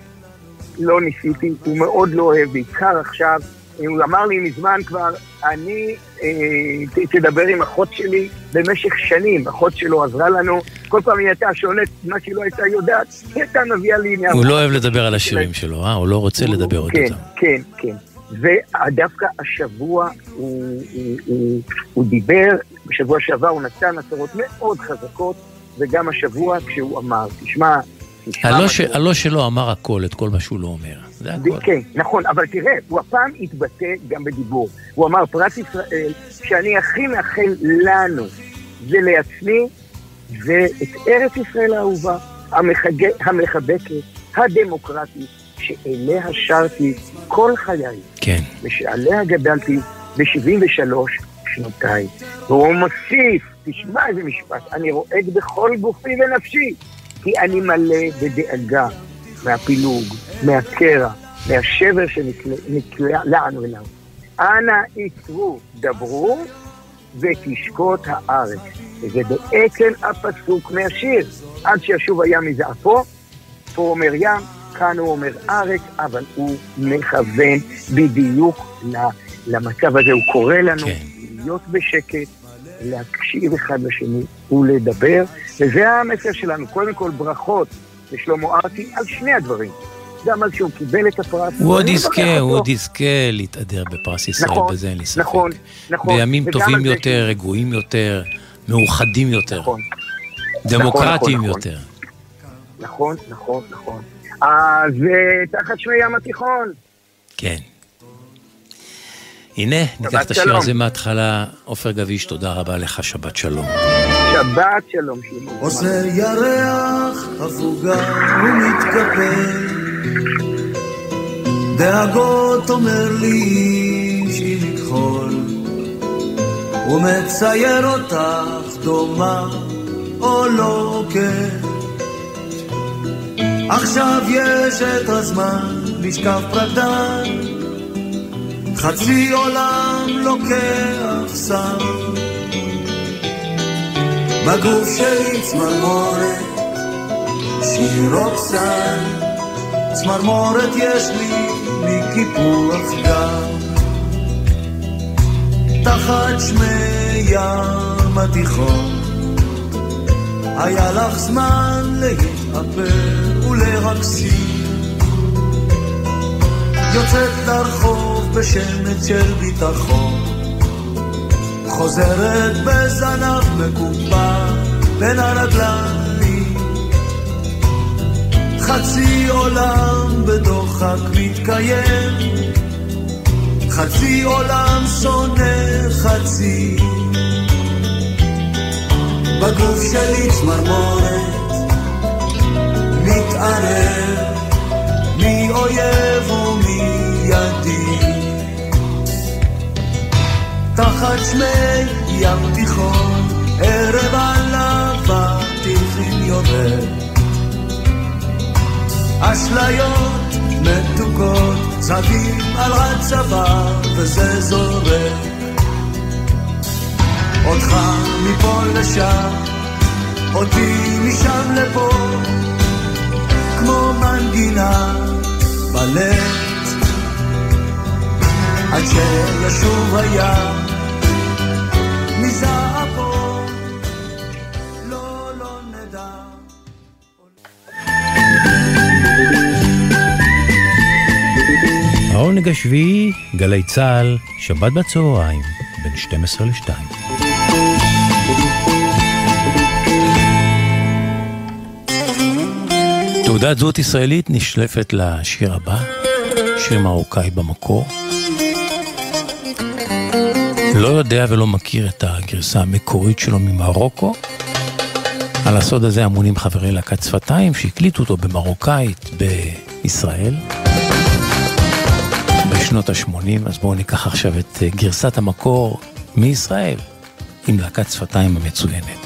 לא ניסיתי, הוא מאוד לא אוהב, בעיקר עכשיו. הוא אמר לי מזמן כבר, אני אה, תדבר עם אחות שלי במשך שנים, אחות שלו עזרה לנו, כל פעם היא הייתה שולט מה שהיא לא הייתה יודעת, היא הייתה מביאה לי... הוא לא אוהב לדבר על השירים שלו, אה? הוא לא רוצה לדבר עוד כן, אותם. כן, כן. ודווקא השבוע הוא, הוא, הוא, הוא דיבר, בשבוע שעבר הוא נתן הצהרות מאוד חזקות, וגם השבוע כשהוא אמר, תשמע, הלא, ש... הלא שלא אמר הכל, את כל מה שהוא לא אומר. זה הכל. כן, נכון, אבל תראה, הוא הפעם התבטא גם בדיבור. הוא אמר, פרס ישראל, שאני הכי מאחל לנו, זה לעצמי, ואת ארץ ישראל האהובה, המחג... המחבקת, הדמוקרטית, שאליה שרתי כל חיי. כן. ושעליה גדלתי ב-שבעים ושלוש שנותיי. והוא מוסיף, תשמע איזה משפט, אני רועד בכל גופי ונפשי, כי אני מלא בדאגה מהפילוג, מהקרע, מהשבר שנקלע לנו אליו. אנא יצרו, דברו, ותשקוט הארץ. וזה בעצם הפסוק מהשיר. עד שישוב הים מזעפו, פה אומר ים, כאן הוא אומר ארץ, אבל הוא מכוון בדיוק למצב הזה. הוא קורא לנו כן. להיות בשקט, להקשיב אחד לשני ולדבר, וזה המסר שלנו. קודם כל ברכות לשלמה ארצי על שני הדברים. גם על שהוא קיבל את הפרס. הוא עוד יזכה, הוא עוד יזכה להתהדר בפרס ישראל, נכון, בזה אין לי ספק. נכון, נכון. בימים טובים יותר, ש... רגועים יותר, מאוחדים יותר. נכון. דמוקרטיים נכון, יותר. נכון, נכון, נכון. אז תחת שמי ים התיכון. כן. הנה, ניקח את השיר הזה מההתחלה. עופר גביש, תודה רבה לך, שבת שלום. שבת שלום, שמעון. עושה ירח הפוגה ומתקפל, דאגות אומר לי שהיא מכחול, ומצייר אותך דומה או לא כן. עכשיו יש את הזמן לשכב פרקדן, חצי עולם לוקח סם, בגוף שלי צמרמורת, שיר אוקסן, צמרמורת יש לי מקיפוח גם, תחת שמי ים התיכון, היה לך זמן להתאפר ולהקסים, יוצאת לרחוב בשמץ של ביטחון, חוזרת בזנב מקופה בין הרגליים, חצי עולם בדוחק מתקיים, חצי עולם שונא חצי, בגוף שלי צמרמורת מתערב, מי אויב ומי ידיד, תחת שמי ים תיכון, ערב עליו התיכון יורד, אשליות מתוקות, צבים על הצבא וזה זורק אותך מפה לשם, אותי משם לפה, כמו מנגינה בלט, עד שישוב הים מזעפו, לא, לא נדע. העונג השביעי, גלי צהל, שבת בצהריים, בין שתים עשרה לשתיים. תעודת זהות ישראלית נשלפת לשיר הבא, שיר מרוקאי במקור. לא יודע ולא מכיר את הגרסה המקורית שלו ממרוקו. על הסוד הזה אמונים חברי להקת שפתיים שהקליטו אותו במרוקאית בישראל בשנות ה-שמונים. אז בואו ניקח עכשיו את גרסת המקור מישראל עם להקת שפתיים המצוינת.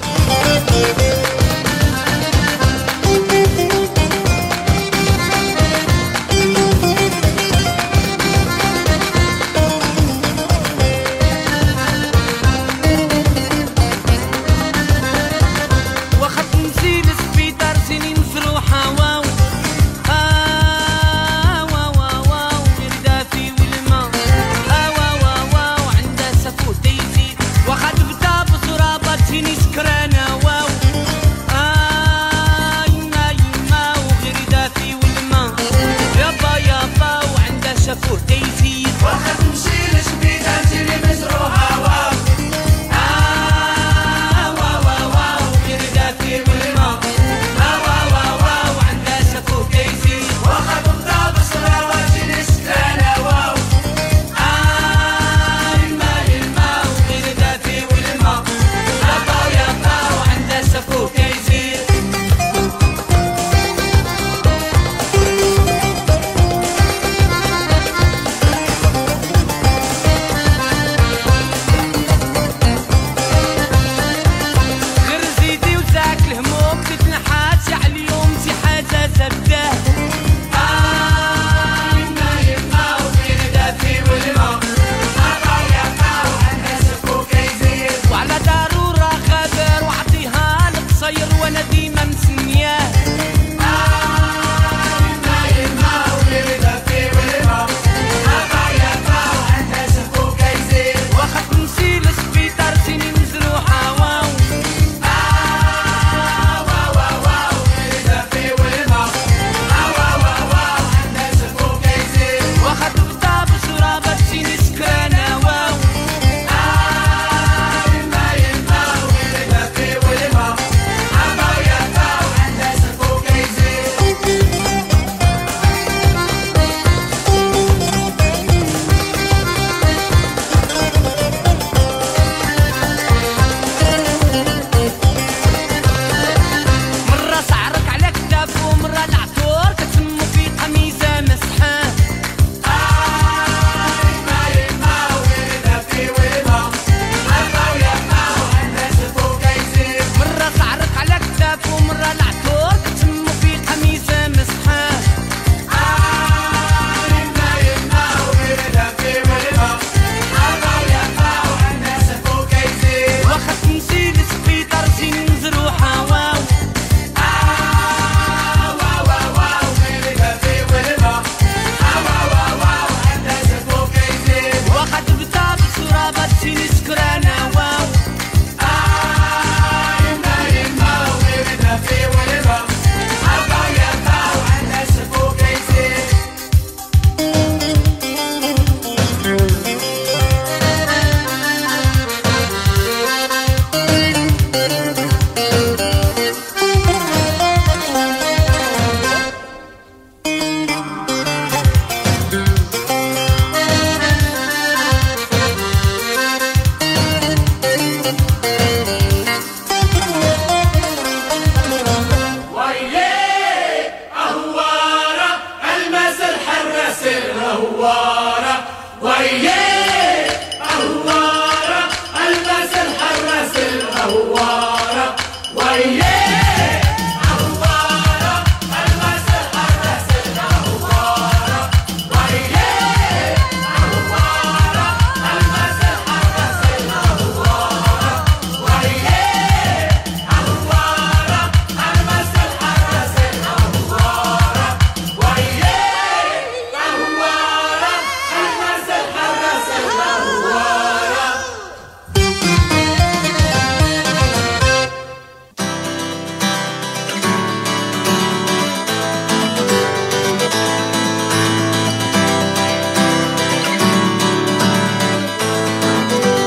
وخد بتاب صرابة سنسكرنا واو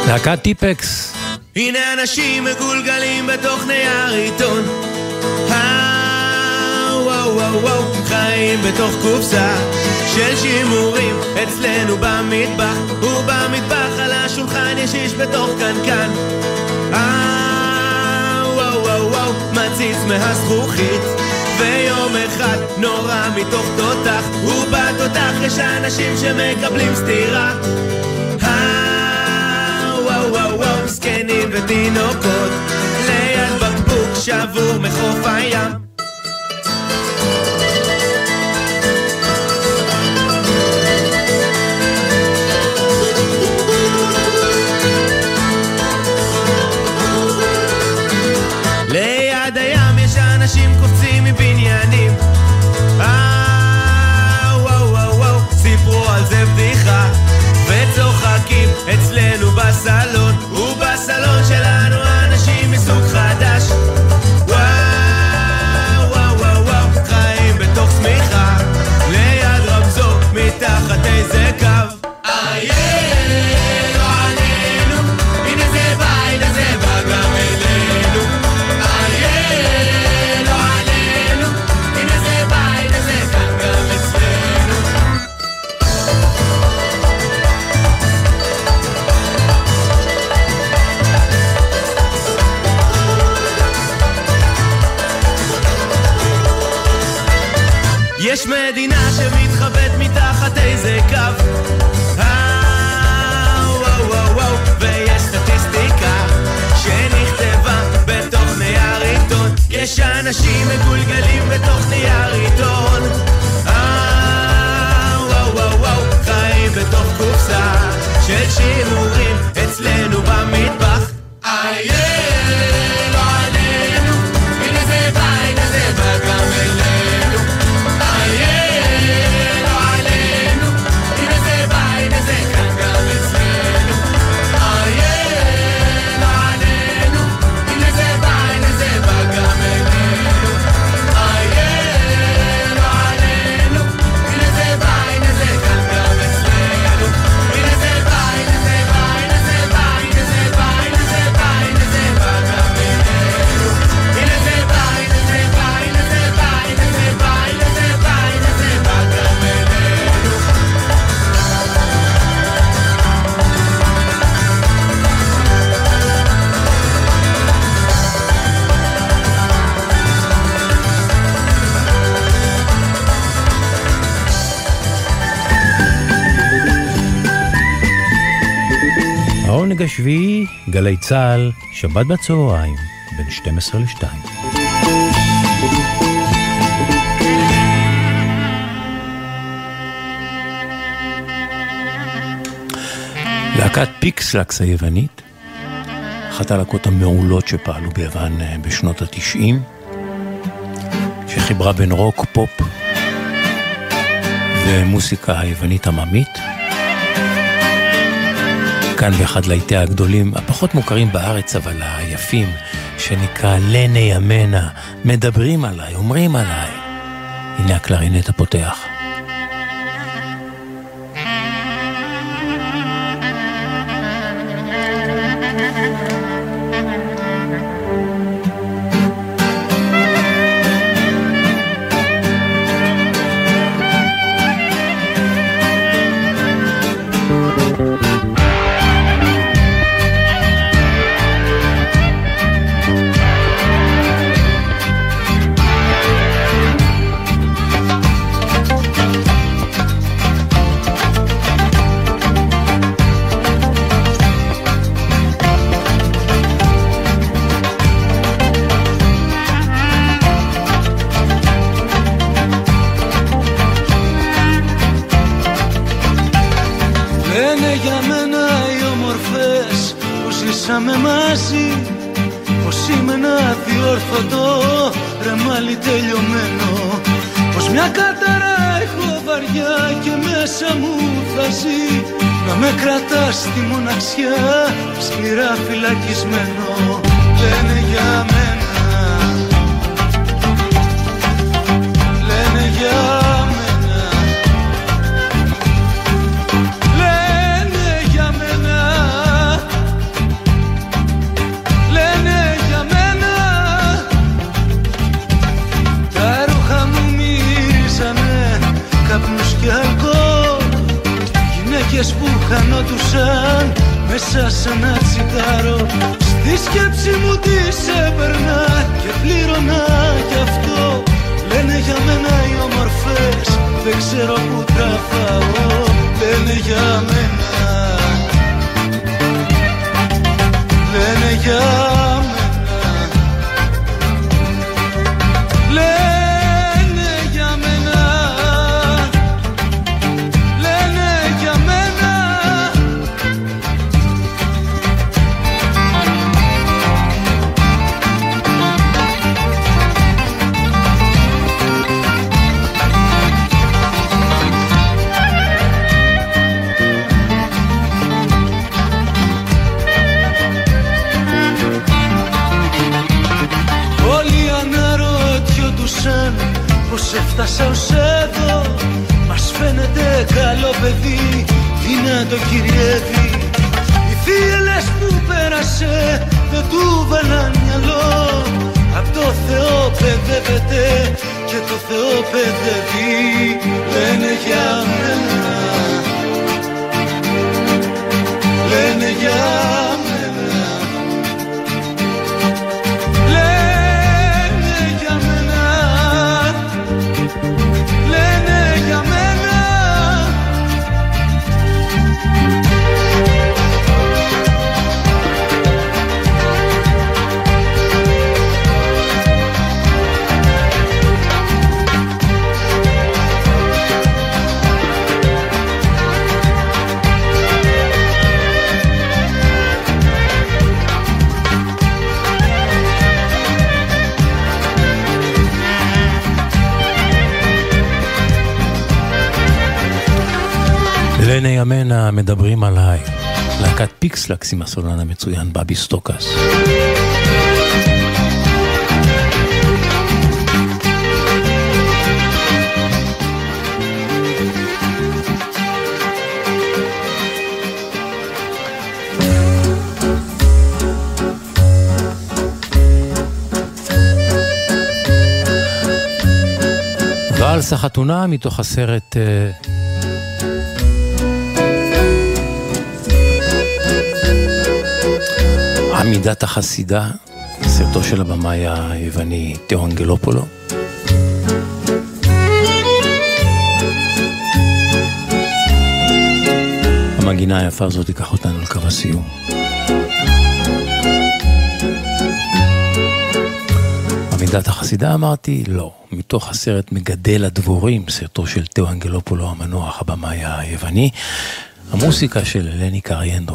להקת טיפקס. הנה אנשים מגולגלים בתוך נייר עיתון, וואו וואו וואו, חיים בתוך קופסה של שימורים אצלנו במטבח, ובמטבח על השולחן יש איש בתוך קנקן, וואו וואו וואו, מציץ מהזכוכית, ויום אחד נורא מתוך תותח, ובתותח יש אנשים שמקבלים סתירה, וואו וואו וואו, זקנים ותינוקות ליד בקבוק שבור מחוף הים. ליד הים יש אנשים קופצים מבניינים, וואו וואו וואו, סיפרו על זה בדיחה וצוחקים אצלנו בסלון, ובסלון שלנו אנשים מסוג חדש, וואו וואו וואו וואו, חיים בתוך סמיכה ליד רמזור מתחת איזה קו, איי לא עלינו, הנה זה בא, הנה זה בא גם אלינו, איי לא עלינו, הנה זה בא, הנה זה כאן גם אצלנו. יש מדינה שמתחבאת מתחת איזה קו, וואו וואו וואו, ויש סטטיסטיקה שנכתבה בתוך נייר עיתון, יש אנשים מגולגלים בתוך נייר עיתון, וואו וואו וואו, חיים בתוך קופסה של שימורים אצלנו במטבח, איי לא עלינו, הנה זה בא, הנה זה בא גם אלינו, איי לא עלינו, הנה זה בא, הנה זה כאן גם אצלנו, איי לא עלינו, הנה זה בא, הנה זה בא גם אלינו, איי לא עלינו, הנה זה בא, הנה זה כאן גם אצלנו, הנה זה בא, הנה זה בא, הנה זה בא, הנה זה בא, הנה זה בא, הנה זה בא גם אלינו, הנה זה בא, הנה זה בא, הנה זה בא, הנה זה בא, הנה זה בא, הנה זה בא גם אלינו. העונג השביעי, גלי צהל, שבת בצהריים, בין שתים עשרה לשתיים. להקת פיקסלקס היוונית, אחת הלהקות המעולות שפעלו ביוון בשנות התשעים, שחיברה בין רוק, פופ ומוסיקה היוונית עממית. כאן באחד להיטי הגדולים, הפחות מוכרים בארץ אבל היפים, שנקרא לנה ימנה, מדברים עליי, אומרים עליי. הנה הקלרינט הפותח. Ζήσαμε μαζί πως είμαι ένα διόρθωτο ρεμάλι τελειωμένο, πως μια κατάρα έχω βαριά και μέσα μου θα ζει να με κρατάς στη μοναξιά σκληρά φυλακισμένο. Λένε για μένα, λένε για μένα, λένε για μένα, μέσα σε ένα τσιγάρο. Στη σκέψη μου τι σε περνά και πλήρωνα γι' αυτό. Λένε για μένα οι όμορφες, δεν ξέρω που τραβάω. Λένε για μένα, λένε για μένα, λένε για μένα, λένε για μένα. Πως έφτασα ως εδώ, μας φαίνεται καλό παιδί, τι να το κυριεύει. Οι θύελες που πέρασε δεν του βάλαν μυαλό. Απ' το Θεό παιδεύεται και το Θεό παιδεύει. Λένε για μένα, λένε για μένα, λένε για μένα, λένε για μένα. לנה ימנה מדברים עליי, להקת פיקסלקס עם הסולן המצוין בבי סטוקס. ואלס החתונה מתוך הסרט עמידת החסידה, סרטו של הבמאי היווני תאו אנגלופולו. המגינה היפה הזאת תיקח אותנו לקו הסיום. עמידת החסידה אמרתי? לא. מתוך הסרט מגדל הדבורים, סרטו של תאו אנגלופולו המנוח, הבמאי היווני. המוסיקה של אלני קריינדו.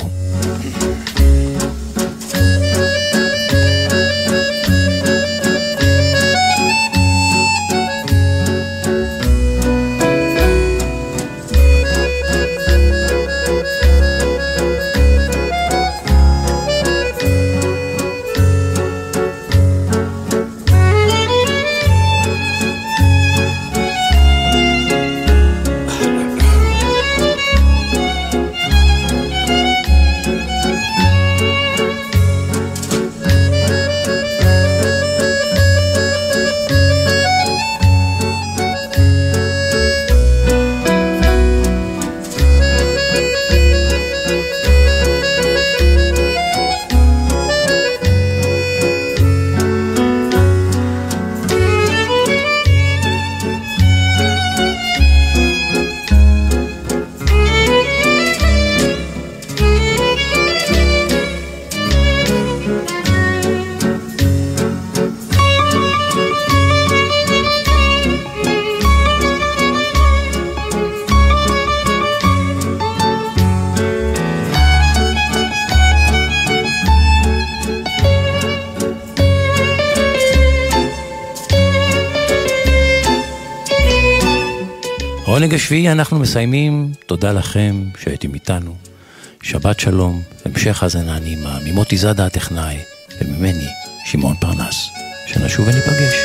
עונג השביעי אנחנו מסיימים, תודה לכם שהייתם איתנו, שבת שלום, המשך הזנה נעימה, ממוטי זאדה הטכנאי, וממני שמעון פרנס, שנשוב וניפגש.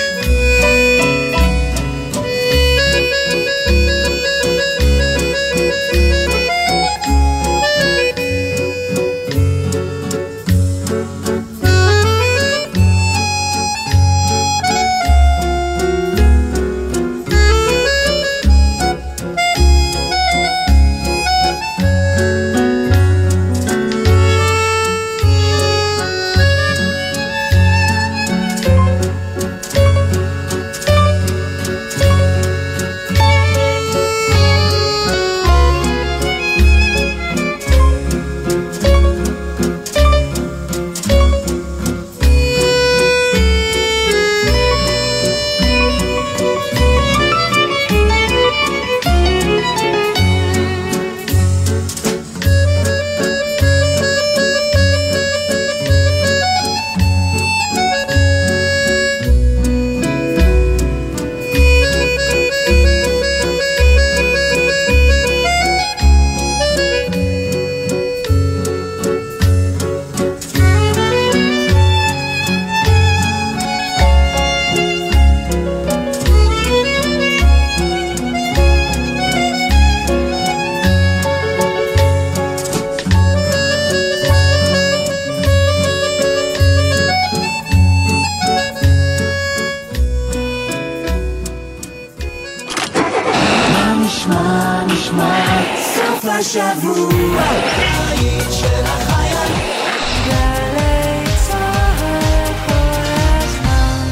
שבוע, בית של החיילים. גלי צהל כל הזמן.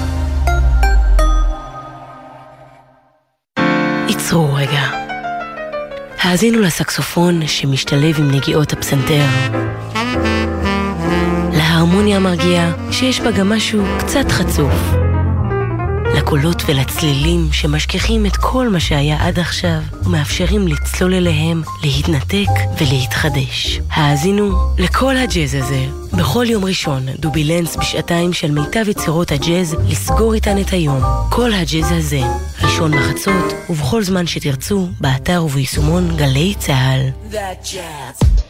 עצרו רגע. האזינו לסקסופון שמשתלב עם נגיעות הפסנתר. להרמוניה המרגיעה שיש בה גם משהו קצת חצוף. לקולות ולצלילים שמשכיחים את כל מה שהיה עד עכשיו ומאפשרים לצלול אליהם, להתנתק ולהתחדש. האזינו לכל הג'אז הזה. בכל יום ראשון דובילנס בשעתיים של מיטב יצירות הג'אז לסגור איתן את היום. כל הג'אז הזה, ראשון בחצות ובכל זמן שתרצו, באתר וביישומון גלי צהל. That jazz